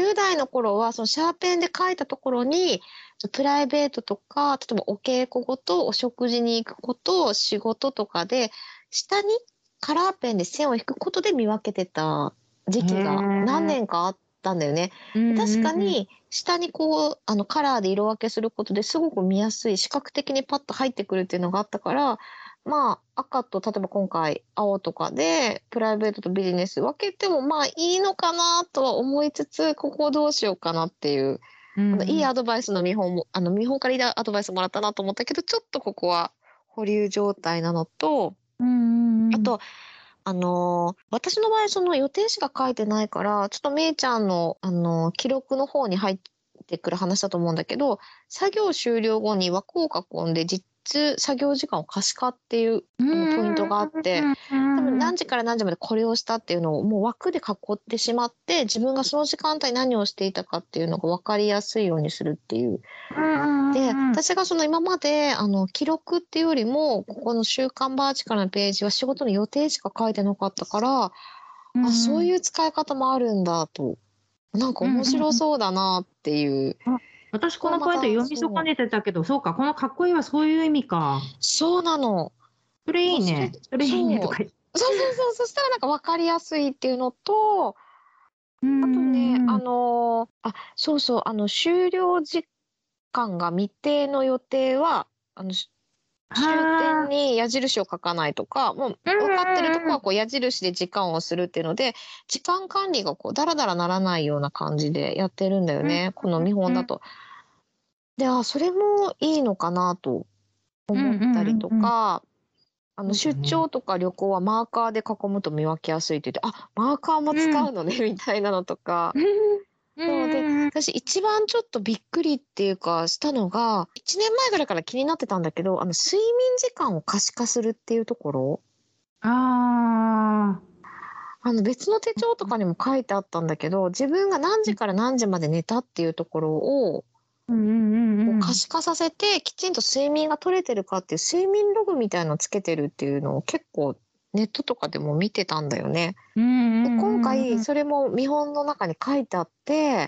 20代の頃はそのシャーペンで書いたところに、プライベートとか、例えばお稽古事、お食事に行くこと、仕事とかで、下にカラーペンで線を引くことで見分けてた時へ期が何え。 年かあったんだよね。 うで、確んうんうん。 かに下にこう、カラーで色分けすることですごく見やすい、視覚的にパッと入ってくるっていうのがあったから、赤と例えば今回青とかで、プライベートとビジネス分けてもいいのかなとは思いつつ、ここをどうしようかなっていう、いいうんうん。 アドバイスの見本も見本からいいアドバイスもらったなと思ったけど、ちょっとここは保留状態なのと、 うんうんうん。 あと、私の場合その予定しか書いてないから、ちょっとめいちゃんの、記録の方に入ってくる話だと思うんだけど、作業終了後に枠を囲んで実作業時間を可視化っていう、 うんポイントがあって、 うん多分うんうん。 何時から何時までこれをしたっていうのをもう枠で囲ってしまって、自分がその時間帯何をしていたかっていうのが分かりやすいようにするっていう。 うんうんで、 うんうん。 私がその今まで、記録っていうよりも、ここの週刊バーチカルなページは仕事の予定しか書いてなかったから、そういう使い方もあるんだと、なんか面うんうんうん。 白そうだなっていう。 あ、私このポイントここはまた、 読み損そう。 ねてたけど、そうか、このかっこいいはそういう意味か。 そうなの。 それいいもうそれね。それいいねとそう。 か言って。 そうそうそう。そしたらなんか分かりやすいっていうのと、 うんあとね、 うんうん。 そうそう、終了時間が未定の予定は、あの、し終点はあ。 に矢印を書かないとか、もううん分かってるとうんうん。 こはこう矢印で時間をするっていうので、時間管理がこうダラダラならないような感じでやってるんだようんね、この見うんうん。 本だと。で、それもいいのかなと思っうんうんたりとうんうん。 か、出そうだね。 張とか旅行はマーカーで囲むと見分けやすいって言って、マーカーもうん。 使うのねみたいなのとか。 うんうそうで、 んうん。 私一番ちょっとびっくりっていうかしたのが、1年前ぐらいから気になってたんだけど、睡眠時間を可視化するっていうところ。 ああ。 別の手帳とかにも書いてあったんだけど、自分が何時から何時まで寝たっていうところを、 うんうんうんこううん。 可視化させて、きちんと睡眠が取れてるかっていう睡眠ログみたいのをつけてるっていうのを結構ネットとかでも見てたんだよね。 うんうで、今回んうんうん。 それも見本の中に書いてあって、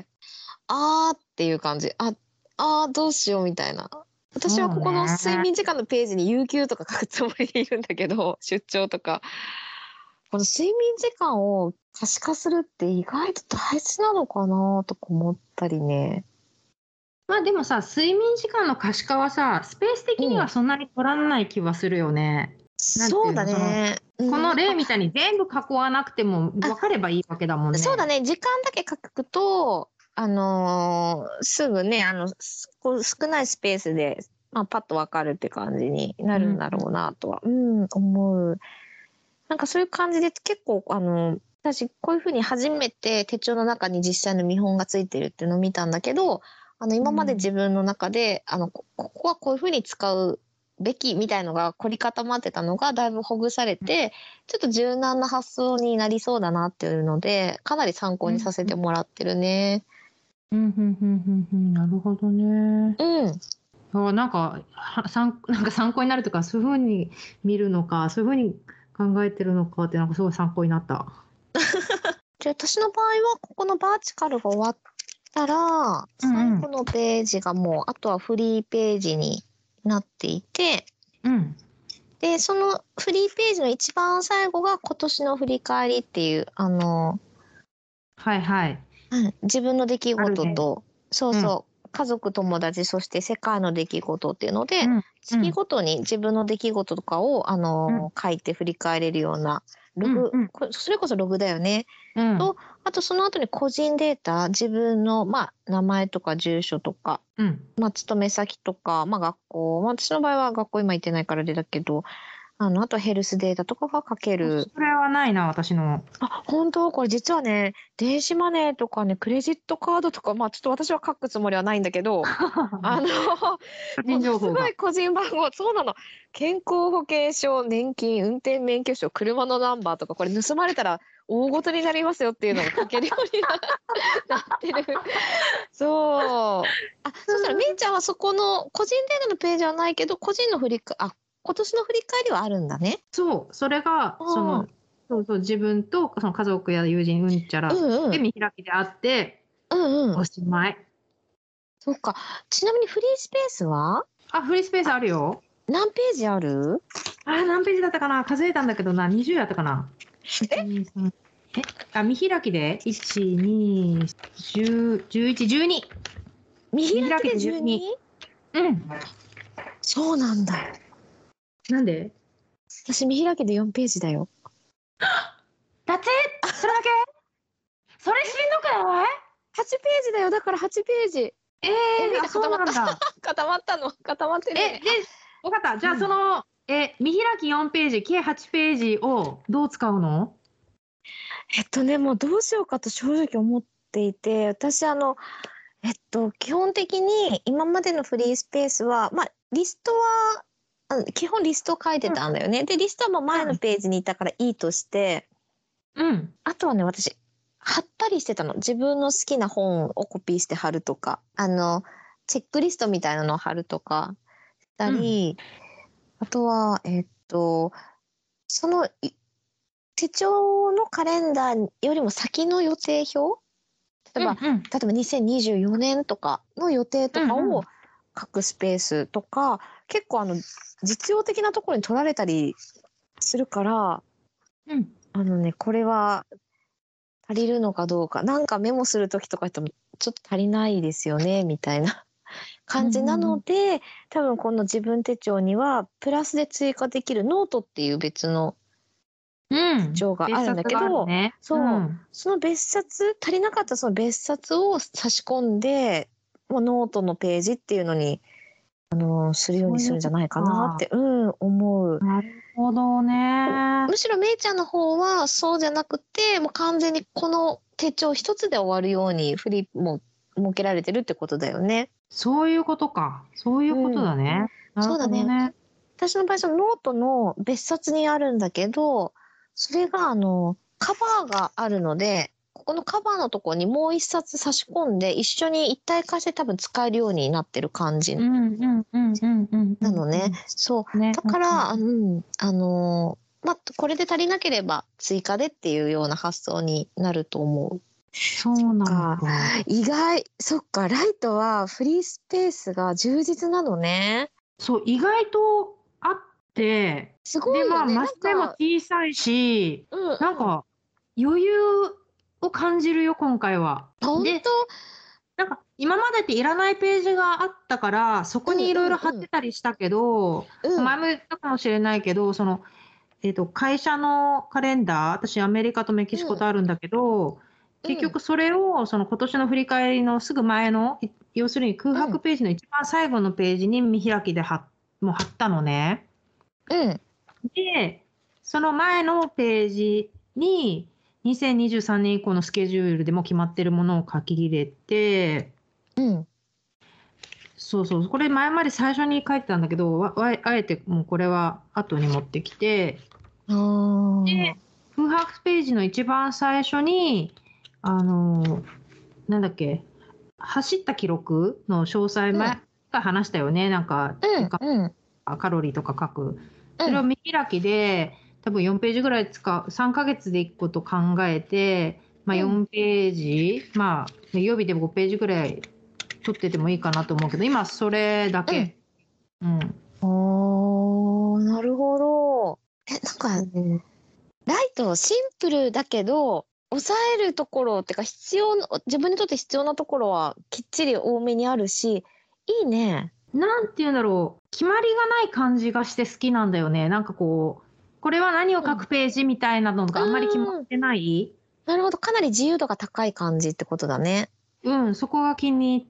っていう感じ。どうしようみたいな。私はここのそうね。 睡眠時間のページに有給とか書くつもりでいるんだけど、出張とか。この睡眠時間を可視化するって意外と大事なのかなとか思ったりね。 まあでもさ、睡眠時間の可視化はさ、スペース的にうん。 はそんなに取らない気はするよね。なんてそうだいうの、 ね。 このなんか、 例みたいに全部囲わなくてもあ、 分かればいいわけだもんね。 そうだね。時間だけ書くと、すぐね、少ないスペースで、パッとわかるって感じになうんうん。 るんだろうなとは、思う。なんかそういう感じで結構、 私こういうふうに初めて手帳の中に実際の見本がついてるっていうのを見たんだけど、今まで自分の中で、ここはこういうふうに使うべきみたいのが凝り固まってたのがだいぶほぐされて、ちょっと柔軟な発想になりそうだなっていうので、かなり参考にさせてもらってるね。 なるほどね。 うん。 なんかなんか参考になるとか、そういう風に見るのか、そういう風に考えてるのかってなんかすごい参考になった。 じゃあ私の場合はここのバーチカルが終わったら、最後のページがもうあとはフリーページになっていて、でそのフリーページの一番最後が今年の振り返りっていうはいはい。 自分の出来事ね。 と、そうそう、家族友達そして世界の出来事っていうので、月ごとに自分の出来事とかを書いて振り返れるようなログ、それこそログだよね。とあとその後に個人データ、自分の名前とか住所とか、勤め先とか、学校、私の場合は学校今行ってないからあれだけど、あとヘルスデータとかが書ける。 それはないな、私の。 本当これ実はね、電子マネーとかね、クレジットカードとか、ちょっと私は書くつもりはないんだけど、 個人情報が。 すごい個人番号、そうなの。健康保険証、年金、運転免許証、車のナンバーとか、これ盗まれたら大ごとになりますよっていうのが書けるようになってる。そう。そしたらめいちゃんはそこの個人データのページはないけど、個人の今年の振り返りはあるんだね。 そう、それが自分とその家族や友人うんちゃらで見開きであって、おしまい。 そっか。ちなみにフリースペースは？ フリースペースあるよ。 何ページある？ 何ページだったかな、数えたんだけどな、20やったかな。見開きで1、2、10、11、12。 見開きで 12？ そうなんだ。 なんで？ 私見開きで4ページだよ。 だってそれだけ？それしんどくない？ 8ページだよ。だから8ページ。 そうなんだ。 固まったの？固まってるね。 分かった。じゃあその、見開き4ページ、計8ページをどう使うの？ もうどうしようかと正直思っていて、私基本的に今までのフリースペースは、リストは、基本リストを書いてたんだよね。で、リストはもう前のページにいたからいいとして、あとはね、私、貼ったりしてたの。自分の好きな本をコピーして貼るとか、チェックリストみたいなのを貼るとかしたり、あとは、その手帳のカレンダーよりも先の予定表、例えば2024年とかの予定とかを書くスペースとか、結構実用的なところに取られたりするから、これは足りるのかどうか、なんかメモする時とか言ってもちょっと足りないですよねみたいな感じなので、多分この自分手帳にはプラスで追加できるノートっていう別の手帳があるんだけど、その別冊、足りなかったその別冊を差し込んで、もうノートのページっていうのにするようにするんじゃないかなって思う。 なるほどね。 むしろめいちゃんの方はそうじゃなくて、もう完全にこの手帳一つで終わるようにフリーも設けられてるってことだよね。 そういうことか。そういうことだね。 そうだね。私の場合そのノートの別冊にあるんだけど、それがカバーがあるので、ここのカバーのところにもう一冊差し込んで一緒に一体化して多分使えるようになってる感じなのね。そう。だから、これで足りなければ追加でっていうような発想になると思う。 そうなんだ。 意外。そっか、ライトはフリースペースが充実なのね。 そう、意外とあって、 すごいよね。 マス目も小さいし、なんか余裕を感じるよ今回は。 本当？ なんか今までっていらないページがあったからそこにいろいろ貼ってたりしたけど、前も言ったかもしれないけど、その会社のカレンダー、私アメリカとメキシコとあるんだけど、結局それをその今年の振り返りのすぐ前の、要するに空白ページの一番最後のページに見開きでもう貼ったのね。で、その前のページに 2023年以降のスケジュールでも決まってるものを書き入れて、そうそう、これ前まで最初に書いてたんだけど、あえてもうこれは後に持ってきて、で、空白ページの一番最初に、なんだっけ、走った記録の詳細前が話したよね。なんか、カロリーとか書く。それを見開きで、多分4ページぐらい3ヶ月で1個と考えて、まあ4ページ、まあ予備で5ページぐらい取っててもいいかなと思うけど、今それだけ。 なるほど。なんか、ライトシンプルだけど、抑えるところってか自分にとって必要なところはきっちり多めにあるし、いいね。 なんて言うんだろう。決まりがない感じがして好きなんだよね。なんかこう、これは何を書くページみたいなのがあんまり決まってない。 なるほど。かなり自由度が高い感じってことだね。 そこが気に入った。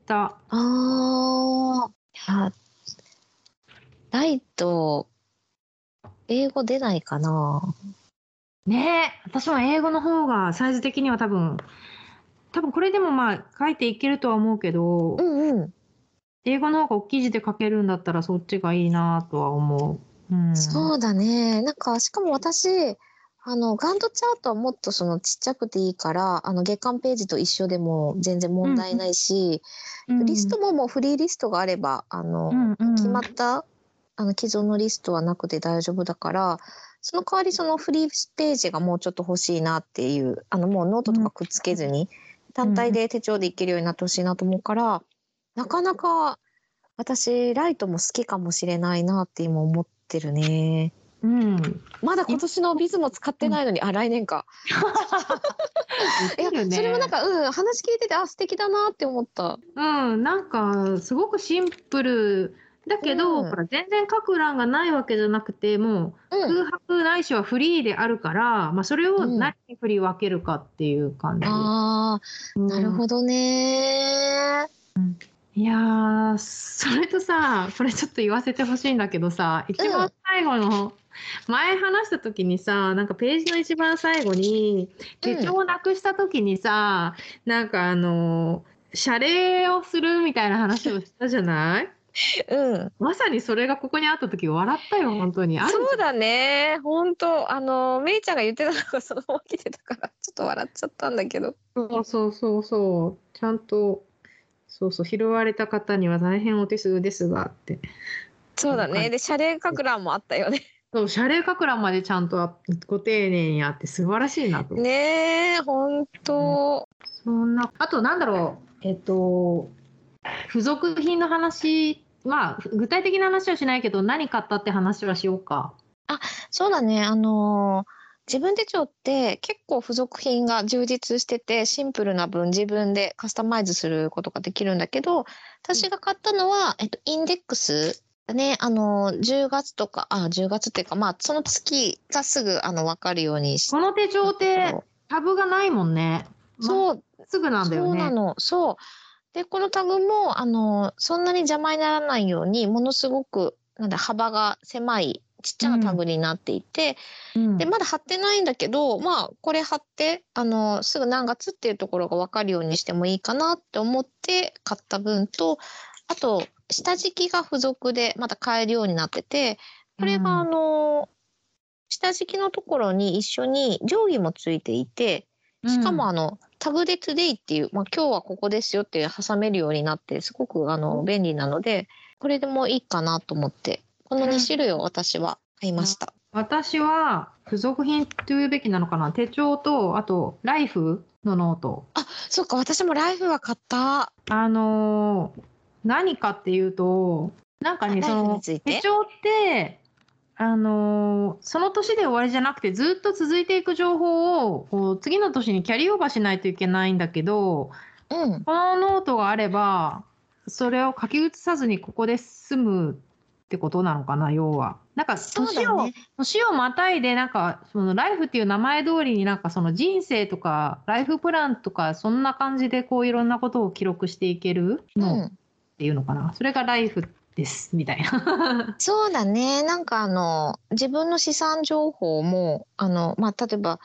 ライト、英語出ないかな。 ねえ、私も英語の方がサイズ的には多分これでもまあ書いていけるとは思うけど、英語の方が大きい字で書けるんだったらそっちがいいなとは思う。 そうだね。なんか、しかも私、ガントチャートはもっとちっちゃくていいから、月間ページと一緒でも全然問題ないし、リストもフリーリストがあれば、決まった、既存のリストはなくて大丈夫だから、その代わりフリーページがもうちょっと欲しいなっていう、もうノートとかくっつけずに、単体で手帳でいけるようになってほしいなと思うから、なかなか私、ライトも好きかもしれないなって今思ってるね。まだ今年のビズも使ってないのに、来年か。いや、それもなんか、話聞いてて、素敵だなって思った。 なんか、すごくシンプルだけど、ほら、全然書く欄がないわけじゃなくて、もう、空白ないしはフリーであるから、まあ、それを何に振り分けるかっていう感じ。 なるほどね。 いやー、それとさ、これちょっと言わせてほしいんだけどさ、一番最後の、前話した時にさ、なんかページの一番最後に、手帳をなくした時にさ、なんか謝礼をするみたいな話をしたじゃない？まさにそれがここにあった時笑ったよ、本当に。 そうだね。本当めいちゃんが言ってたのがそのまま来てたから、ちょっと笑っちゃったんだけど。 そう。ちゃんと、拾われた方には大変お手数ですがって。 そうだね。で、謝礼書く欄もあったよね。 そう、謝礼書く欄までちゃんとご丁寧にあって素晴らしいなと。 ねえ、本当。 あとなんだろう、付属品の話、まあ、具体的な話はしないけど、何買ったって話はしようか。 そうだね。自分手帳って結構付属品が充実してて、シンプルな分自分でカスタマイズすることができるんだけど、私が買ったのは、インデックスだね。10月とか、10月っていうか、まあ、その月がすぐ、わかるようにして。 この手帳ってタブがないもんね。 そう。 すぐなんだよね。 そうなの。そう。で、このタグも、そんなに邪魔にならないように、ものすごく、幅が狭い、ちっちゃなタグになっていて、で、まだ貼ってないんだけど、まあ、これ貼って、すぐ何月っていうところが分かるようにしてもいいかなって思って買った分と、あと、下敷きが付属でまた買えるようになってて、これが下敷きのところに一緒に定規もついていて、しかもタグでトゥデイっていう、まあ、今日はここですよって挟めるようになって、すごく便利なので、これでもいいかなと思って、この2種類を私は買いました。 私は付属品と言うべきなのかな、手帳と、あと、ライフのノート。 そっか、私もライフは買った。 何かっていうと、なんかね、手帳って、その年で終わりじゃなくてずっと続いていく情報をこう次の年にキャリーオーバーしないといけないんだけど、このノートがあればそれを書き写さずにここで済むってことなのかな、要は。なんか年をまたいで、なんかそのライフっていう名前通りになんかその人生とかライフプランとかそんな感じでこういろんなことを記録していけるのっていうのかな。それがライフですみたいな。 そうだね。なんか自分の資産情報もまあ例えば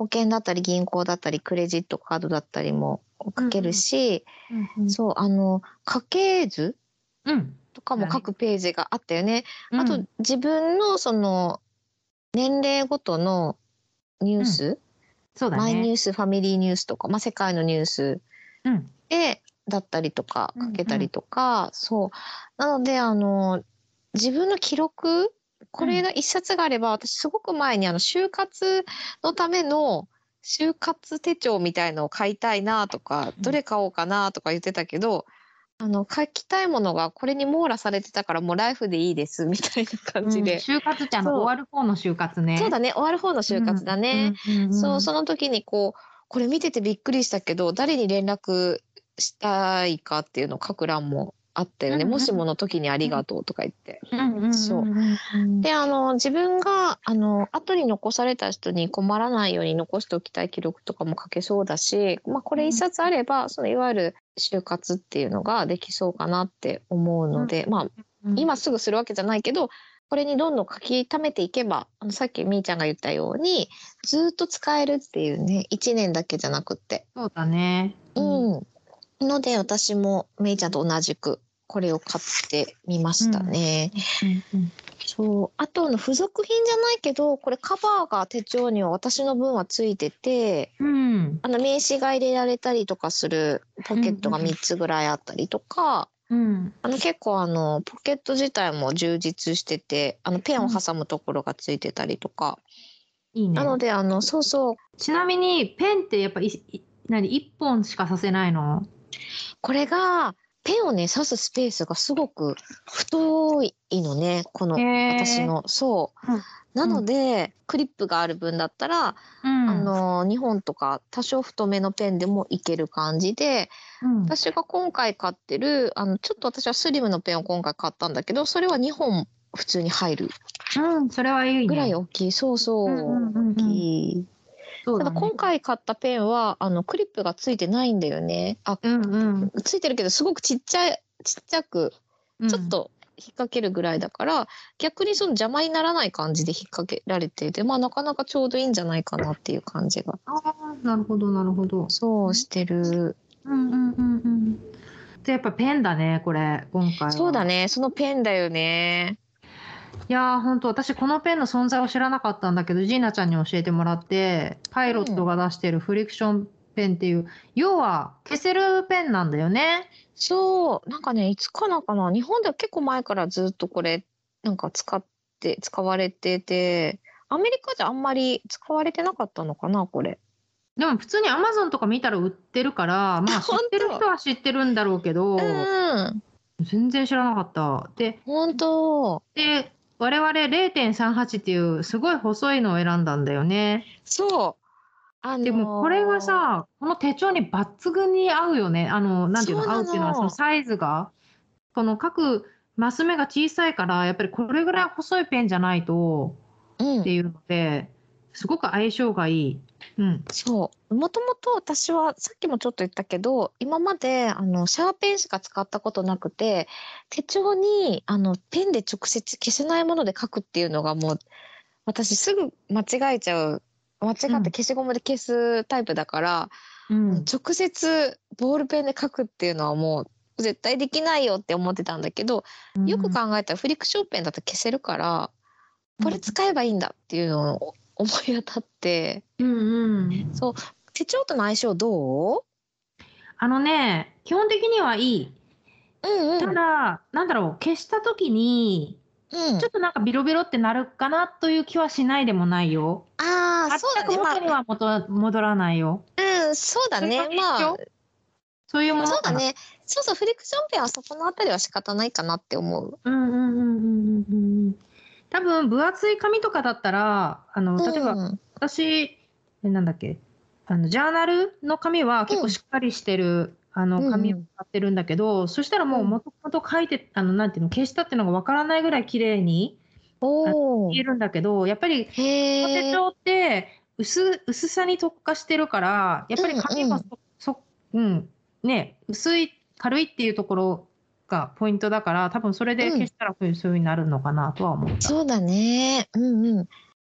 保険だったり銀行だったりクレジットカードだったりも書けるし、そう家系図とかも書くページがあったよね。あと自分のその年齢ごとのニュース、マイニュース、ファミリーニュースとか、まあ、世界のニュースでだったりとか書けたりとか、そうなので自分の記録、これが一冊があれば、私すごく前に就活のための就活手帳みたいのを買いたいなとか、どれ買おうかなとか言ってたけど、書きたいものがこれに網羅されてたからもうライフでいいですみたいな感じで。 就活って終わる方の就活ね。 そうだね、終わる方の就活だね。そう、その時にこれ見ててびっくりしたけど、誰に連絡したいかっていうのを書く欄もあったよね。もしもの時にありがとうとか言って。そう。で、自分が、後に残された人に困らないように残しておきたい記録とかも書けそうだし、まあ、これ一冊あれば、いわゆる就活っていうのができそうかなって思うので、まあ、今すぐするわけじゃないけど、これにどんどん書き溜めていけば、さっきみーちゃんが言ったように、ずっと使えるっていうね、1年だけじゃなくって。 そうだね。 ので、私もみーちゃんと同じく、これを買ってみましたね。そう。あと付属品じゃないけど、これカバーが手帳には私の分はついてて、名刺が入れられたりとかするポケットが3つぐらいあったりとか、結構ポケット自体も充実してて、ペンを挟むところがついてたりとか。 いいね。 なのでそうそう。 ちなみにペンってやっぱ1本しか刺せないの？ これがペンをね刺すスペースがすごく太いのね、この私の。そう。なので、クリップがある分だったら、2本とか多少太めのペンでもいける感じで、私が今回買ってるちょっと私はスリムのペンを今回買ったんだけど、それは2本普通に入る。 それはいいね。 ぐらい大きい。そうそう。大きい。ただ今回買ったペンはクリップがついてないんだよね。ついてるけどすごくちっちゃくちょっと引っ掛けるぐらいだから、逆にその邪魔にならない感じで引っ掛けられていて、まあなかなかちょうどいいんじゃないかなっていう感じが。 なるほどなるほど。 そうしてる。 でやっぱペンだねこれ今回は。 そうだね、そのペンだよね。 いやー、ほんと私このペンの存在を知らなかったんだけど、ジーナちゃんに教えてもらって、パイロットが出してるフリクションペンっていう、要は消せるペンなんだよね。 そう、なんかね、いつからかな、日本では結構前からずっとこれ、なんか使われてて、アメリカじゃあんまり使われてなかったのかな、これ。 でも普通にアマゾンとか見たら売ってるから、まあ知ってる人は知ってるんだろうけど、全然知らなかった。で、 本当。 で、我々0.38っていうすごい細いのを選んだんだよね。 そう。 でもこれがさ、この手帳に抜群に合うよね。なんていうの、合うっていうのはそのサイズが、この各マス目が小さいから、やっぱりこれぐらい細いペンじゃないと、っていうので、すごく相性がいい。 そう。もともと私はさっきもちょっと言ったけど、今までシャーペンしか使ったことなくて、手帳にペンで直接消せないもので書くっていうのがもう私すぐ間違えちゃう。間違って消しゴムで消すタイプだから、直接ボールペンで書くっていうのはもう絶対できないよって思ってたんだけど、よく考えたらフリクションペンだと消せるから、これ使えばいいんだっていうのを思い当たって、そう手帳との相性どう？ 基本的にはいい。ただ、なんだろう、消した時に、ちょっとなんかビロビロってなるかなという気はしないでもないよ。 そうだね。 元には戻らないよ。 そうだね。まあ、 そういうものそうだね。そうそう、フリクションペンはそこのあたりは仕方ないかなって思う。 多分分厚い紙とかだったら、例えば、私、なんだっけ、ジャーナルの紙は結構しっかりしてる、紙を使ってるんだけど、そしたらもうもともと書いて、なんていうの、消したっていうのがわからないぐらい綺麗に見えるんだけど、やっぱり、この手帳って薄さに特化してるから、やっぱり紙も薄い、軽いっていうところがポイントだから、多分それで消したらそういう風になるのかなとは思った。 そうだね。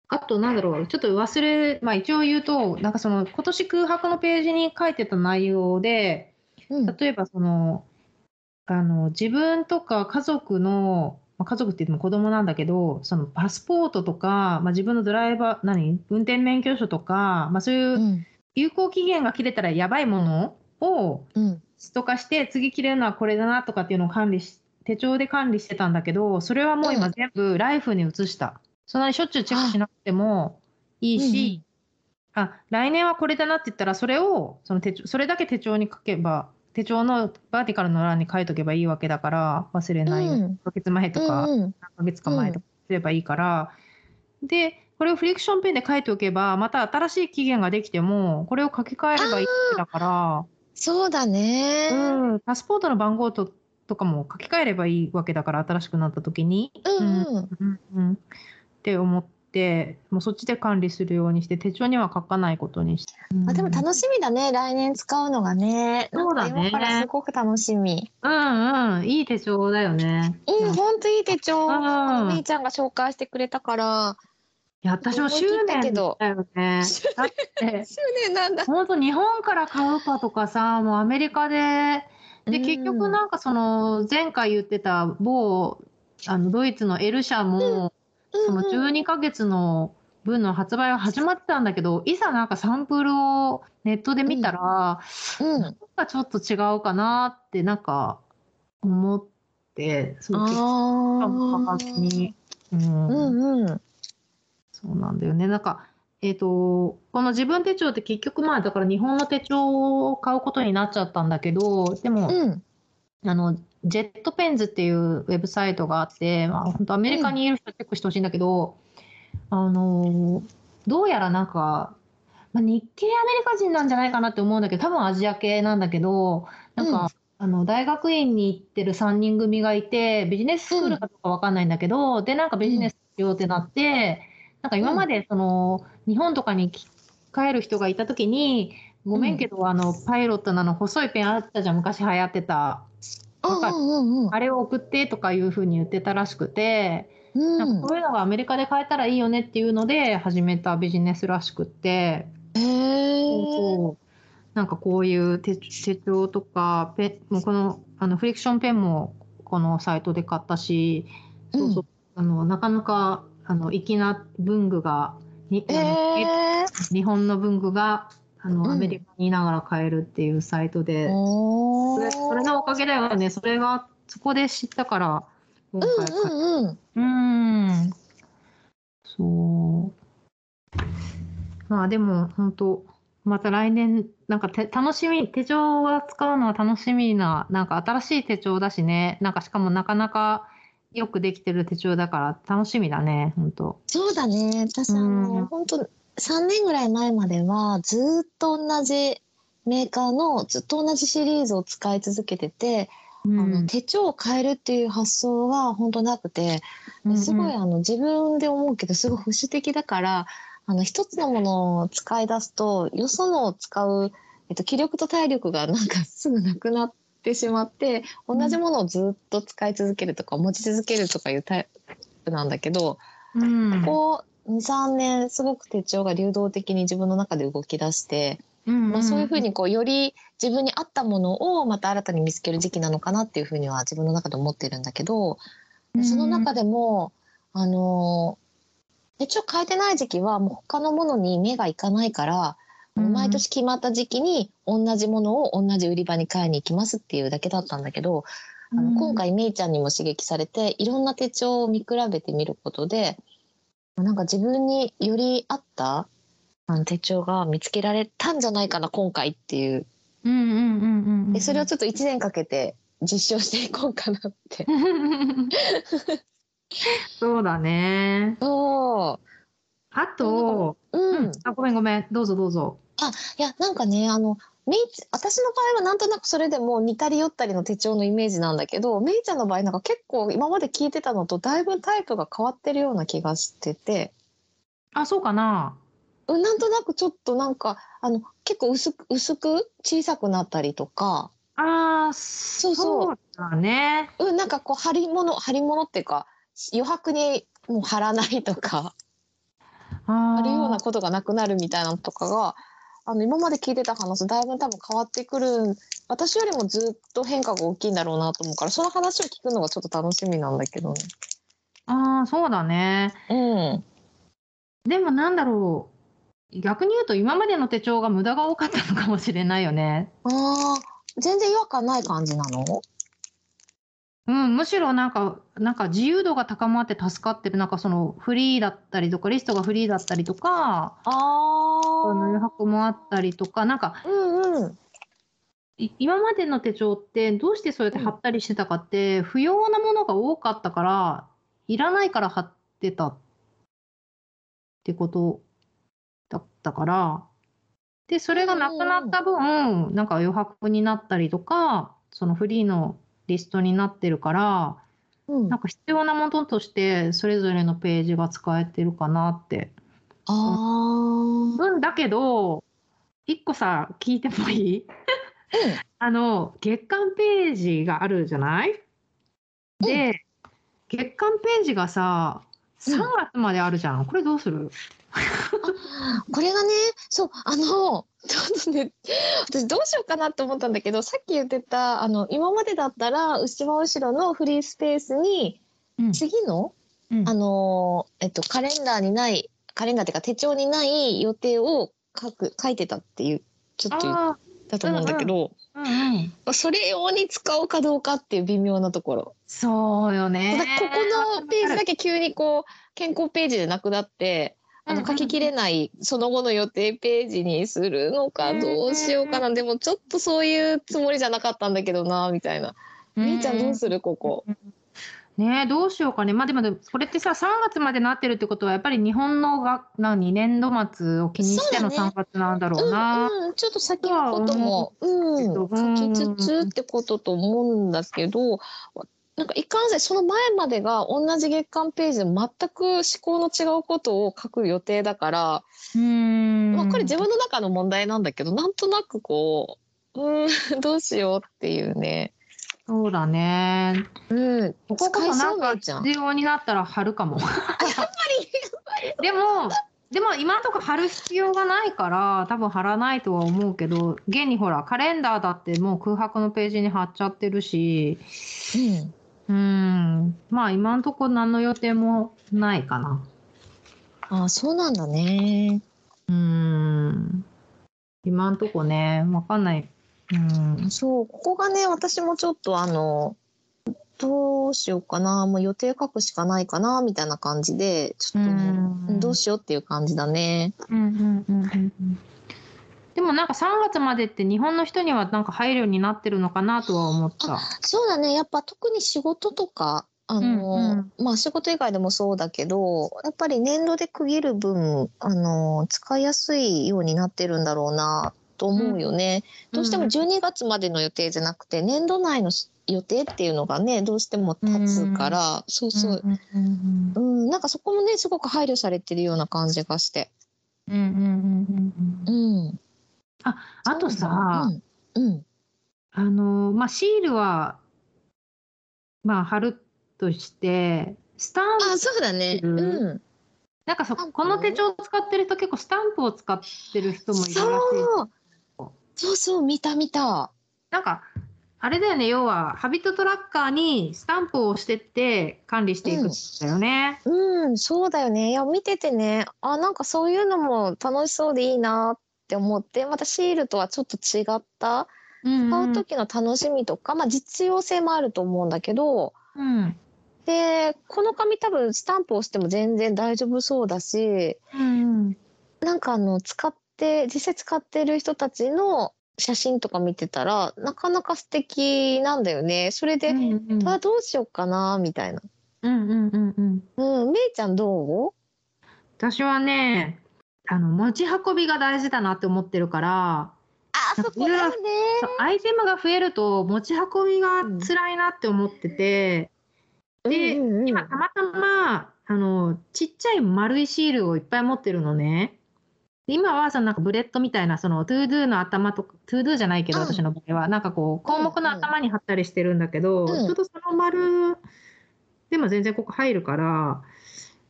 あとなんだろう、ちょっと忘れ、まあ一応言うと、なんかその今年空白のページに書いてた内容で、 うん。 例えばその、自分とか家族の、まあ、家族って言っても子供なんだけど、そのパスポートとか、まあ、自分のドライバー、運転免許証とか、まあ、そういううん。 有効期限が切れたらやばいものをうん。 スト化して、次切れるのはこれだなとかっていうのを手帳で管理してたんだけど、それはもううん。 今全部ライフに移した。そんなにしょっちゅうチェックしあ、 なくてもいいうんうし、 ん。 来年はこれだなって言ったら、それを、それだけ手帳に書けば、手帳のバーティカルの欄に書いとけばいいわけだから、忘れないように。 うん。 1ヶ月前とか、 うんうん。 何ヶ月か前とかうん。 すればいいから、で、これをフリクションペンで書いておけば、また新しい期限ができても、これを書き換えあればいいわけあ、 だから、 そうだね。 パスポートの番号とかも書き換えればいいわけだから、新しくなった時に。 ううん、 んうん。 うんうん。って思って、もうそっちで管理するようにして、手帳には書かないことにして。うあ、でもん。 楽しみだね。来年使うのがね。なんそうだか今からすね。 ごく楽しみ。 うんうん。いい手帳だよね。 うん、ほんといい手う帳、めいん。 ちゃんが紹介してくれたから、 いや、私も執思い切ったけ念ど。 だよね。 執だって、 念なんだ。 ほんと日本から買うかとかさ、もうアメリカで、 うで、結局ん。 なんかその、前回言ってた某、ドイツの L 社も、その12 うんうん。 ヶ月の分の発売は始まってたんだけど、いざなんかサンプルをネットで見たうん。 ら、なんうん。 かちょっと違うかなってなんか思って、そあう、結果も書かずあ。 に、うん。 うんうん。 そうなんだよね。なんか、この自分手帳って結局まあだから日本の手帳を買うことになっちゃったんだけど、でも、 うん。 あの、ジェットペンズっていうウェブサイトがあって、まあ、本当アメリうん。 カにいる人はチェックしてほしいんだけど、あの、どうやらなんか、まあ、日系アメリカ人なんじゃないかなって思うんだけど、多分アジア系なんだけど、なんうん。 か、大学院に行ってる3人組がいて、ビジネススクールうん。 かどうかわかんないんだけど、で、なんかビジネスうん。 しようってなって、なんかうん。 今までその、日本とかに帰る人がいた時に、ごうん。 めんけど、パイロットの細いペンあったじゃん、昔流行ってた。 うんわかる？ うんうんうん。 あれを送ってとかいう風に言ってたらしくて、 うなんかん。 そういうのがアメリカで買えたらいいよねっていうので始めたビジネスらしくって、 へそうえ。 そう。なんかこういう手帳とか、もうこの、フリクションペンもこのサイトで買ったし、そうそう。 うん。 なかなか、粋な文具が、 へえ。 日本の文具が、アメリうん。 カにいながら買えるっていうサイトで、それのおかおお。 げだよね。そこで知ったから、 う今回買っんうんうん。 うーん。そう。まあでも、本当また来年、なんか手帳は使うのは楽しみな、なんか新しい手帳だしね。なんかしかもなかなかよくできてる手帳だから楽しみだね、本当。 そうだね。 う私ん。 ほんと3年ぐらい前まではずっと同じメーカーのずっと同じシリーズを使い続けてて、 うん。 手帳を変えるっていう発想がほんとなくて、すごいうんうん。 自分で思うけどすごい保守的だから、一つのものを使い出すと、よそのを使う、気力と体力がなんかすぐなくなってしまって、同じものをずっと使い続けるとか持ち続けるとかいうタイプなんだけど、 うん。 ここ2、3年すごく手帳が流動的に自分の中で動き出して、 うんそういうふううんにより自分に合ったものをまた新たに見つける時期なのかなっていうふうには自分の中で思ってるんだけど、 うん。 その中でも、あの、手帳変えてない時期はもう他のものに目がいかないから、毎うん。 年決まった時期に同じものを同じ売り場に買いに行きますっていうだけだったんだけど、今うん。 回めいちゃんにも刺激されて、いろんな手帳を見比べてみることで、なんか自分により合った手帳が見つけられたんじゃないかな、今回っていう。 うんうんうんうんで、それをうんちょっと1年かけて実証していこうかなって。 うん。そうだね。 そう。 あでもなんか、 と、うん。 うん。 ごめんごめん。どうぞどうぞ。 いや、なんかね、私の場合はなんとなくそれでも似たり寄ったりの手帳のイメージなんだけど、めいちゃんの場合なんか結構今まで聞いてたのとだいぶタイプが変わってるような気がしてて、 あ、そうかな。 なんとなくちょっとなんか、結構薄く小さくなったりとか、 ああ、 そうそそうだね。 う、なんか貼り物っていうか、余白にもう貼らないとか。 貼るようなあことがなくなるみたいなのとかが今まで聞いてた話だいぶ多分変わってくる。私よりもずっと変化が大きいんだろうなと思うから、その話を聞くのがちょっと楽しみなんだけどね。 そうだね。 うん。 でもなんだろう。逆に言うと今までの手帳が無駄が多かったのかもしれないよね。 ああ、全然違和感ない感じなの？ むしろなんか自由度が高まって助かってる。なんかそのフリーだったりとか、リストがフリーだったりとか、 あ余あ。 白もあったりとか、なんかうんうん。 今までの手帳ってどうしてそうやって貼ったりしてたかって、不要なものが多かったから、いらないから貼ってたってことだったから、で、それがなくなった分、なんか余白になったりとか、そのフリーのリストになってるから、 うん。 なんか必要なものとしてそれぞれのページが使えてるかなってあ思あ。 うんだけど、一個さ、聞いてもいい？ うん。 月間ページがあるじゃない？ うん。 で、月間ページがさ、3 うん。 月まであるじゃん。これどうする？ これがね、そう、ちょっとね、私どうしようかなって思ったんだけど、さっき言ってた、今までだったら、後ろのフリースペースに、 うん。 次の、 うん。 カレンダーにない、カレンダーっていうか手帳にない予定を書いてたっていう、ちょっと言っあたとあ、う思うんだけんうん。 ど、 うんうん。 それ用に使おうかどうかっていう微妙なところ。 そうよね。 だからここわかのページだるわかる。 け急にこう健康ページでなくなってうんうん書ききれないその後の予定ページにするのかどうしようかな。でもちょっとそういうつもりじゃなかったんだけどなみたいな。 うん。 みーちゃんどううんするここ？ うん。ねえ、どうしようかね。ま、でも、これってさ、3月までなってるってことは、やっぱり日本の年度末を気にしての3 そうだね。 月なんだろうなちょっととは先のこと思うも、 けど、 書きつつってことと思うんだけど、なんかいかんせんその前までが同じ月間ページで全く思考の違うことを書く予定だから、 うーこれん。 自分の中の問題なんだけど、なんとなくこう、どうしようっていうね。 そうだね。こここ使いそそなんかうめいちゃん。 必要になったら貼るかも。 あ、やっぱりでもでも今んとこ貼る必要がないから、多分貼らないとは思うけど、現にほら、カレンダーだってもう空白のページに貼っちゃってるし、まあ今んとこ何の予定もないかな。 あ、そうなんだね。 うーん。今んとこね、わかんない。 そう、ここがね、私もちょっとどうしようかな、もう予定書くしかないかなみたいな感じで、ちょっともう、どうしようっていう感じだね。 でもなんか3月までって日本の人にはなんか配慮になってるのかなとは思った。 そうだね。やっぱ特に仕事とか、まあ仕事以外でもそうだけど、やっぱり年度で区切る分、使いやすいようになってるんだろうなと思うよね。どうしても12月までの予定じゃなくて、年度内の予定っていうのがね、どうしても立つから、そうそう。なんかそこもね、すごく配慮されてるような感じがして。うん。 あとさ、 うん。 まあ、シールは、まあ、貼るとして、スタンあ、そうだね。 プ、なんかこの手帳を使ってる人結構スタンプを使ってる人もいるらしい。 そうそう、見た見た。 なんか、あれだよね、要は、ハビットトラッカーにスタンプを押してって管理していくんだよね。 そうだよね。いや、見ててね、なんかそういうのも楽しそうでいいなって思って、またシールとはちょっと違った、使う時の楽しみとか、まあ実用性もあると思うんだけど、で、この紙多分スタンプを押しても全然大丈夫そうだし、なんか実際使ってる人たちの写真とか見てたら、なかなか素敵なんだよね。それで、どうしようかな、みたいな。めいちゃんどう？ 私はね、持ち運びが大事だなって思ってるから、 そこだよね。 アイテムが増えると持ち運びが辛いなって思ってて、で、今たまたま、ちっちゃい丸いシールをいっぱい持ってるのね。で、今はなんかブレッドみたいなトゥードゥの頭とか、トゥードゥじゃないけど、私の場合は、なんかこう項目の頭に貼ったりしてるんだけど、ちょうどその丸でも全然ここ入るから、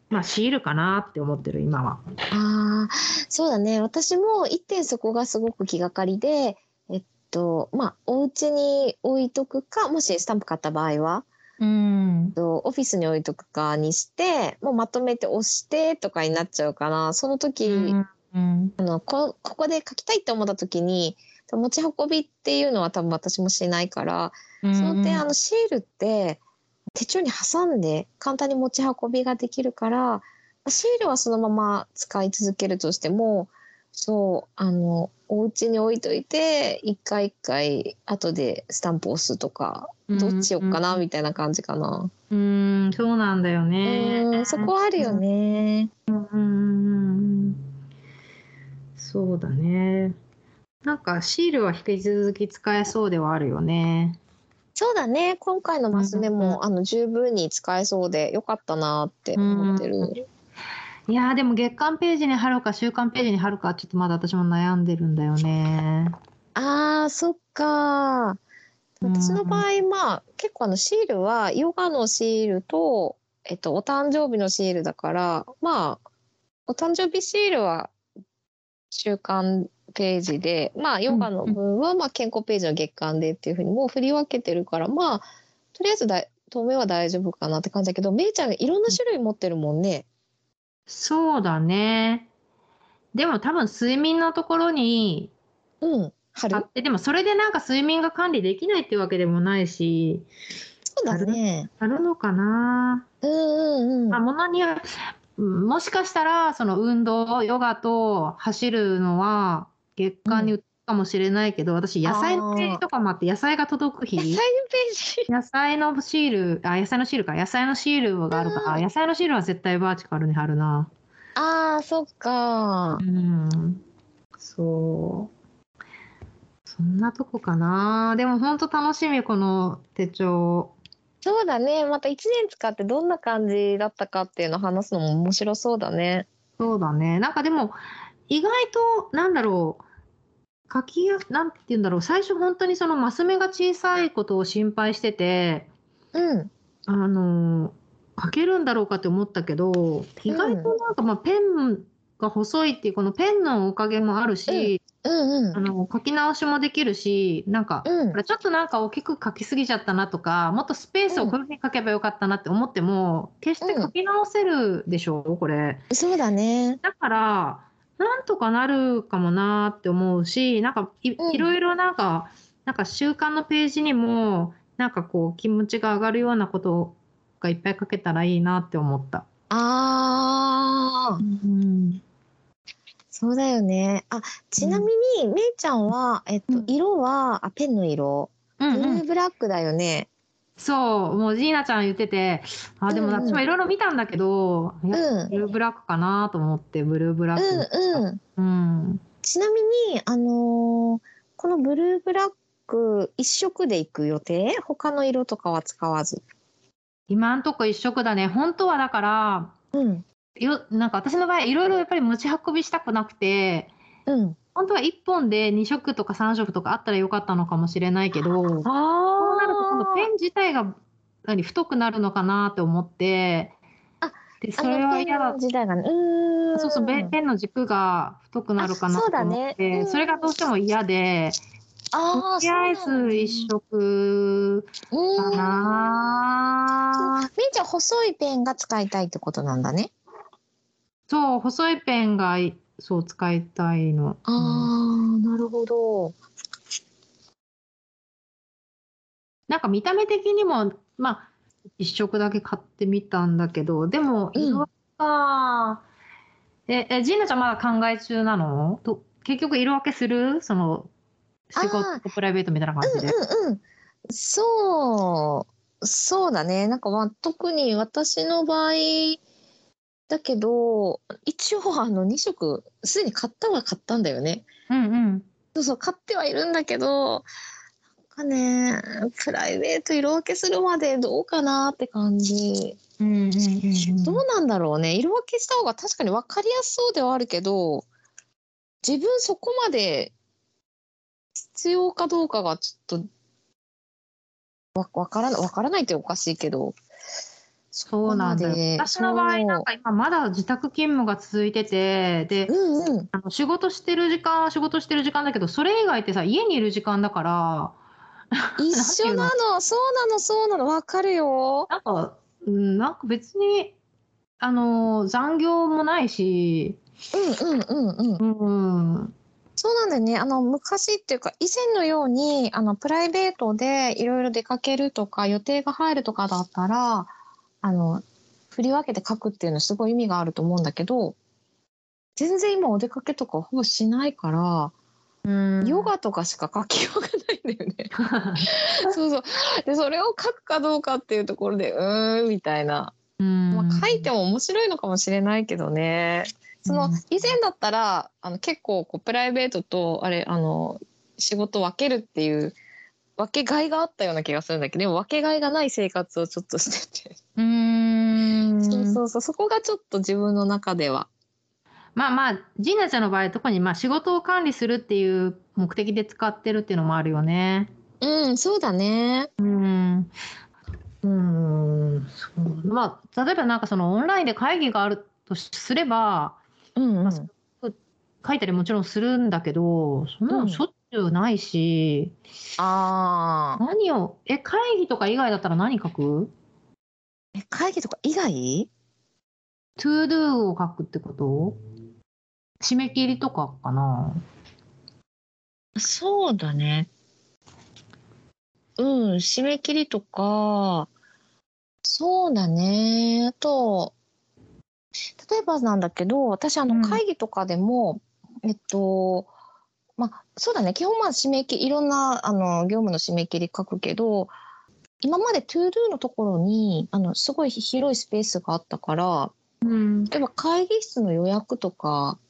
まあシールかなって思ってる今は。 ああ、そうだね。私も一点そこがすごく気がかりで、まあ、お家に置いとくか、もしスタンプ買った場合は、 うん。 オフィスに置いとくかにして、もうまとめて押してとかになっちゃうから、その時、 うん。 ここで書きたいって思った時に、持ち運びっていうのは多分私もしないから、 うん。 その点、シールって手帳に挟んで簡単に持ち運びができるから、シールはそのまま使い続けるとしても、そう、お家に置いといて、一回一回後でスタンプ押すとか、どっちよっかな、みたいな感じかな。 そうなんだよね。 そこはあるよね。 うん。そうだね。なんかシールは引き続き使えそうではあるよね。 そうだね。今回のマス目も、 うん十分に使えそうでよかったなってう思ってん。 る。 いやーでも月間ページに貼るか週間ページに貼るかちょっとまだ私も悩んでるんだよね。 ああ、そっか。 う私の場ん。 合、まあ、結構シールは、ヨガのシールと、お誕生日のシールだから、まあ、お誕生日シールは週間ページで、まあ、ヨガの分は、まあ、健康ページの月間でっていうふうにもう振り分けてるから、まあ、とりあえず当面は大丈夫かなって感じだけど、めいちゃんがいろんな種類持ってるもんね。 そうだね。でも多分睡眠のところにうん。春貼って、でもそれでなんか睡眠が管理できないってわけでもないし、 そうだ貼る、 ね。 貼るのかな。 うんうんうまあ、 ん。 ものには、もしかしたら、その運動、ヨガと走るのは月間に売ったかもしれないけど、私野菜のページああ、 とかもあって、野菜が届く野菜日、 のページ。 野菜のシール、野菜のシールか、野菜のシールがあるから、野菜のシールは絶対バーチカルに貼るな。 ああ、そっか。 うん、そう。そんなとこかな。でもほんと楽しみ、この手帳。 そうだね。また1年使ってどんな感じだったかっていうのを話すのも面白そうだね。 そうだね。なんかでも、意外と、なんだろう、なんて言うんだろう、最初本当にそのマス目が小さいことを心配してて、 うん。 あの、書けるんだろうかって思ったけど、意外うん。 となんか、ま、ペンが細いっていうこのペンのおかげもあるうん。 し、 うんうん。 書き直しもできるし、なんか、 うん。 これちょっとなんか大きく書きすぎちゃったなとか、もっとスペースをうん。 こういう風に書けばよかったなって思っても、決して書うん。 き直せるでしょ、これ。 そうだね。 だから、なんとかなるかもなって思うし、なんか、 うん。 いろいろなんか習慣のページにも、なんかこう気持ちが上がるようなことがいっぱい書けたらいいなって思った。 ああ、 ん。 そうだよね。あ、ちなみに、めいちゃんは、色は、ペンの色、ブルうんうん。 ーブラックだよね。 そう、もうジーナちゃん言ってて、あ、でもうんうん。 私もいろいろ見たんだけど、やっぱうん。 ブルーブラックかなと思ってブルーブラックにしうんた。 うん。 うん。 ちなみに、このブルーブラック一色で行く予定？他の色とかは使わず。 今んとこ一色だね。本当はだから、 うん。 なんか私の場合いろいろやっぱり持ち運びしたくなくて、 うん。 本当は1本で2色とか3色とかあったら良かったのかもしれないけど、そうなると今度ペあン自体が太くなるのかなと思って、 あ。あ、 で、それはペン嫌だ。 自体がね。 そうそう、 うーん。 ペンの軸が太くなあ、 るかなそうと思っだね。 て、それがどうしても嫌で、とああ、 りあえそうなんだず一ね。 色うかーん。 な。 みーちゃん、細いペンが使いたいってことなんだね。 そう、細いペンがそう使いたいの。 ああ、なるほど。 なんか見た目的にも、まあ、一色だけ買ってみたんだけど、でもうん。 色か。ジーナちゃんまだ考え中なの？結局色分けする？ あ仕事あ、 とプライベートみたいな感じで。 うんうんうん。そうだね。なんかまあ、特に私の場合だけど、一応2色、すでに買ったんだよね。 うんうん。 そうそう、買ってはいるんだけど、なんかね、プライベート色分けするまでどうかなって感じ。 うんうんうんうん。 どうなんだろうね。色分けした方が確かに分かりやすそうではあるけど、自分そこまで必要かどうかがちょっとわからないっておかしいけど、 そそうこなんだよ。 まで、 私の場合、なんそか今まだ自宅勤務が続いてて、 う。 で、 うんうん。 仕事してる時間は仕事してる時間だけど、それ以外ってさ、家にいる時間だから、 一緒なんていうの、 なの。そうなの、そうなの。わかるよ。 なんか、なんか別に、残業もないし、 うんうんうんうん。 うん。 そうなんだよね。昔っていうか、以前のように、プライベートでいろいろ出かけるとか、予定が入るとかだったら、あの、振り分けて書くっていうのはすごい意味があると思うんだけど、全然今お出かけとかほぼしないから、 うん。 ヨガとかしか書きようがないんだよね。そうそう。で、それを書くかどうかっていうところで、みたいな。 うまあ、書いん。 ても面白いのかもしれないけどね。 うん。 以前だったら、結構こうプライベートと、仕事を分けるっていう、分けがいがあったような気がするんだけど、でも分けがいがない生活をちょっとしてて。 うーそうん。 そうそう、そこがちょっと自分の中では。 まあまあ、ジーナちゃんの場合、特にまあ仕事を管理するっていう目的で使ってるっていうのもあるよね。 うん、そうだね。 うん。そうまあ、例えばなんかそのオンラインで会議があるとすれば、まあ、 うんうん。 書いたりもちろんするんだけど、そんなうん。 のしょっちゅうないし、 ああ。 会議とか以外だったら何書く？ 会議とか以外？ to do を書くってこと？締め切りとかかな？ そうだね。うん、締め切りとか、そうだね。あと、例えばなんだけど、私うん。 会議とかでも、えっと、まあ、そうだね。基本締め切り、いろんな業務の締め切り書くけど、今まで To Do のところに、すごい広いスペースがあったから、 うん。 例えば会議室の予約とか、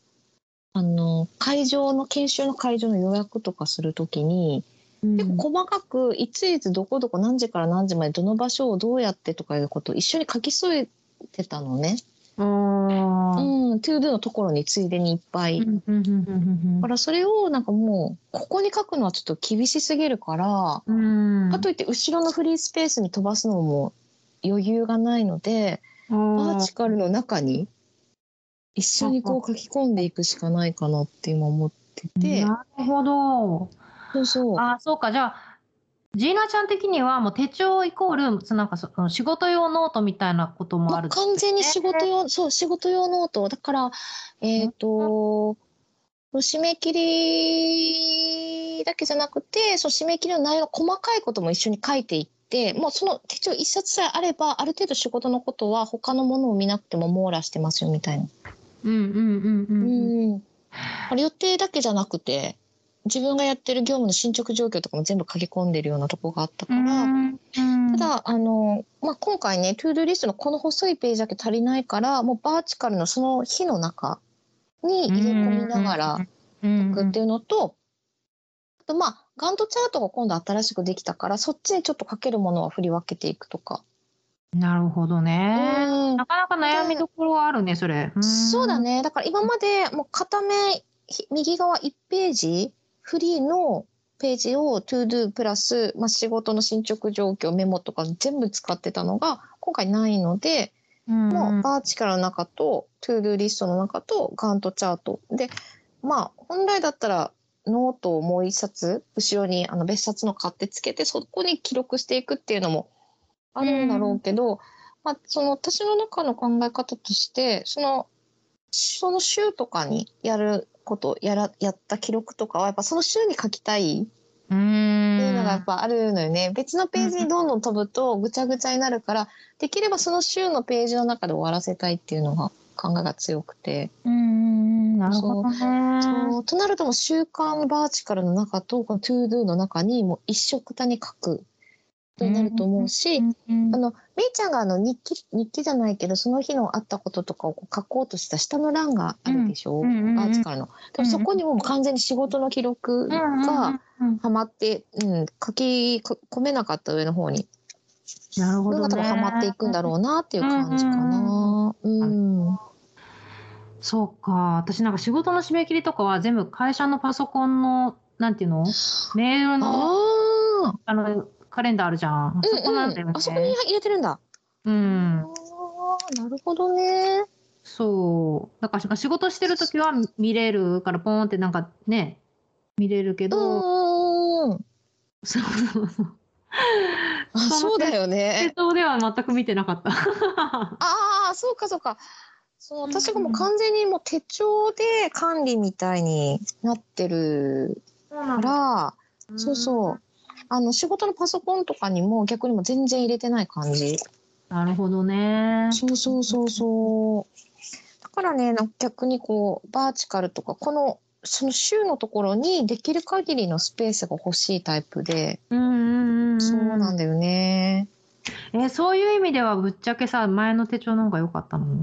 研修の会場の予約とかするときに、結うん。 構細かく、いついつどこどこ何時から何時までどの場所をどうやってとかいうことを一緒に書き添えてたのね。 ああ。 うん、to do のところについでにいっぱい。 うん、ふんふんふんふんふん。 だからそれをなんかもう、ここに書くのはちょっと厳しすぎるから、 うん。 かといって後ろのフリースペースに飛ばすのも余裕がないので、バーああ。 チカルの中に一緒にこう書き込んでいくしかないかなって今思ってて、 なるほど。 そうそう。 ああ、そうか、じゃあ、ジーナちゃん的にはもう手帳イコール、なんか仕事用ノートみたいなこともまあ、 ある完全にね。 仕事用ノート。だから、 うん。 締め切りだけじゃなくて、締め切りの内容の細かいことも一緒に書いていって、もうその手帳一冊さえあれば、ある程度仕事のことは他のものを見なくても網羅してますよみたいな。 うんうんうんうんうん。 うん。これ予定だけじゃなくて、自分がやってる業務の進捗状況とかも全部書き込んでるようなとこがあったうーから、 ん、うん。 ただ、まあ、今回ね、トゥードゥリストのこの細いページだけ足りないから、もうバーチカルのその日の中にうー入れ込みん。 ながらうんうん。 書くっていうのと、あとまあ、ガントチャートが今度新しくできたから、そっちにちょっと書けるものは振り分けていくとか。 なるほどね。 うん。 なかなか悩みで、 どころはあるね、それ。うーん。 そうだね。だから今までもう片目、右側1ページ、フリーのページを To Do プラス、まあ、仕事の進捗状況、メモとか全部使ってたのが今回ないので、もううんうん。 バーチカルの中と、トゥードゥリストの中と、ガントチャート。で、まあ、本来だったら、ノートをもう一冊、後ろに別冊の買ってつけて、そこに記録していくっていうのもあうるんだろうん。 けど、まあ、その私の中の考え方として、その週とかにやること、やった記録とかは、やっぱその週に書きたいうーっていうのがやっん。 ぱあるのよね。別のページにどんどん飛ぶとぐちゃぐちゃになるから、できればその週のページの中で終わらせたいっていうのが考えが強くて。 うんうんうん。なるほそう、 どね。 そう、となるともう週刊バーチカルの中と、このトゥードゥの中にもう一緒くたに書くことうになると思うんうし、 んうん。 めいちゃんが日記じゃないけど、その日のあったこととかをこう書こうとした下の欄があるでうん。 しょ？ うんうんうん。 バーチカルの。でうんうん。 もそこにもう完全に仕事の記うん録うんうがんうん。 はまって、書き込めなかった上の方に、 なるほどね。 のが多分はまっていくんだろうなっていううんう感じかんうんうん。 な。うん。 そうか。私なんか仕事の締め切りとかは全部会社のパソコンの、なんていうの、メールあの、 あ、 カレンダーあるじゃん。あそこうんうん。 なんだよあそこにね。 入れてるんだ。 うん。 なるほどね。 そう。だから仕事してるときは見れるからポーンってなんかね、見れるけうど、 んうんうん。 そうそうそう。 あ、 そのそうだよ手ね。 帳では全く見てなかった。 ああ、そうかそうか。そう、 う私がもうん、 完全にもう手帳で管理みたいになってるかそうなんだ。 ら、 うそうそん、 う。仕事のパソコンとかにも逆にもう全然入れてない感じ。 なるほどね。 そうそうそうそう。だからね、なんか逆にこう、バーチカルとか、その週のところにできる限りのスペースが欲しいタイプで、 うんうんうんうん。 そうなんだよね。 そういう意味ではぶっちゃけさ、前の手帳の方が良かったの？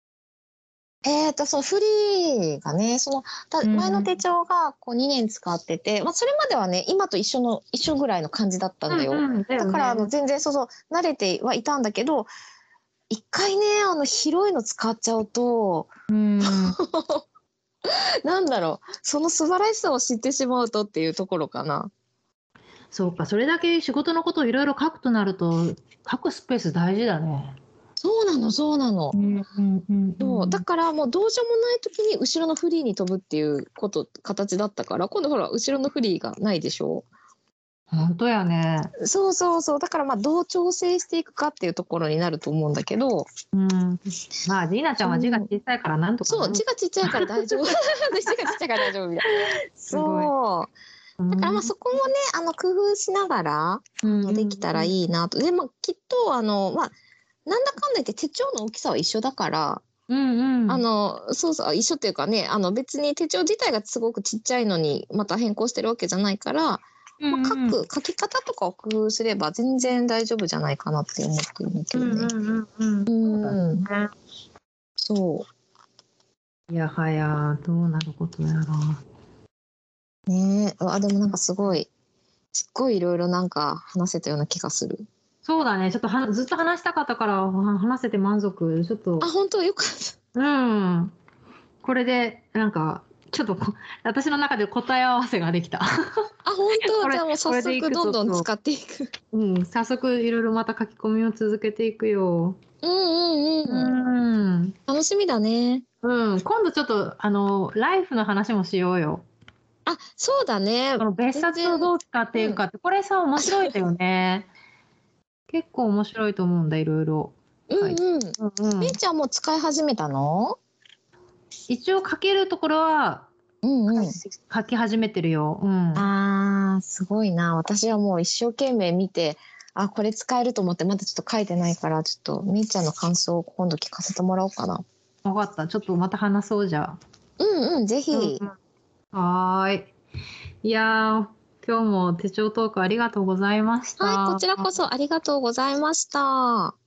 そのフリーがね、 う前の手ん。 帳がこう2年使ってて、まあそれまではね、今と一緒ぐらいの感じだったんだよ。 うんうん、だだからよね。 全然慣れてはいたんだけど、一回ね、広いの使っちゃうと、 うん。 なんだろう、その素晴らしさを知ってしまうとっていうところかな。 そうか、それだけ仕事のことをいろいろ書くとなると、書くスペース大事だね。 そうなの、そうなの。 うんうんうんうそう、だん。 からもうどうしようもない時に後ろのフリーに飛ぶっていう形だったから、今度ほら、後ろのフリーがないでしょ。 ほんとやね。 そうそうそう。だからまあどう調整していくかっていうところになると思うんだけど、 うん。まあ、リーナちゃんは字がそう、 小さいからなんとかそう、 なる。 字がちっちゃいから大丈夫。字がちっちゃいから大丈夫みたいな。 すごい。 そう。だからまあうん。 そこもね、工夫しながら、 うんうできたらんいいなと。で、まあきっと、まあ、なんだかんだ言って手帳の大きさは一緒だから、 うんうん。 そうそう、一緒っていうかね、別に手帳自体がすごくちっちゃいのに、また変更してるわけじゃないから、 うまあ、 んうん。 書き方とかを工夫すれば全然大丈夫じゃないかなって思ってるんだけうんうどね。 んうんうん。そうだうん、 ね。 そいやはや、どうなることやろう。ねえ、でもなんかう。 すっごいいろいろなんか話せたような気がする。 そうだね。ちょっとずっと話したかったから話せて満足。ちょっあ、 と、 本当よかった。 うん。これで、なんか、ちょっと私の中で答え合わせができた。 あ、本当じゃあもうこ早れでいく速どんとそう、 どん使っていく。 うん、早速いろいろまた書き込みを続けていくよ。 うんうんううん。 ん。 楽しみだね。 うん。今度ちょっと、ライフの話もしようよ。 あ、そうだね。 この別全然、 冊をどう使っていうん。 くかって、これさ、面あ、そう。 白いだよね。結構面白いと思うんだ、いろいろ。はい。 うんうん。 うんうん。 めいちゃんもう使い始めたの？ 一応書けるところはうんうん。 書き始めてるよ。うん。 ああ、すごいな。私はもう一生懸命見て、あ、これ使えると思ってまだちょっと書いてないから、ちょっとみーちゃんの感想を今度聞かせてもらおうかな。 わかった。ちょっとまた話そうじゃうんうん、ぜあ。うんひ。 うん。はーい。いやー、今日も手帳トークありがとうございましはい、こた。 ちらこそありがとうございました。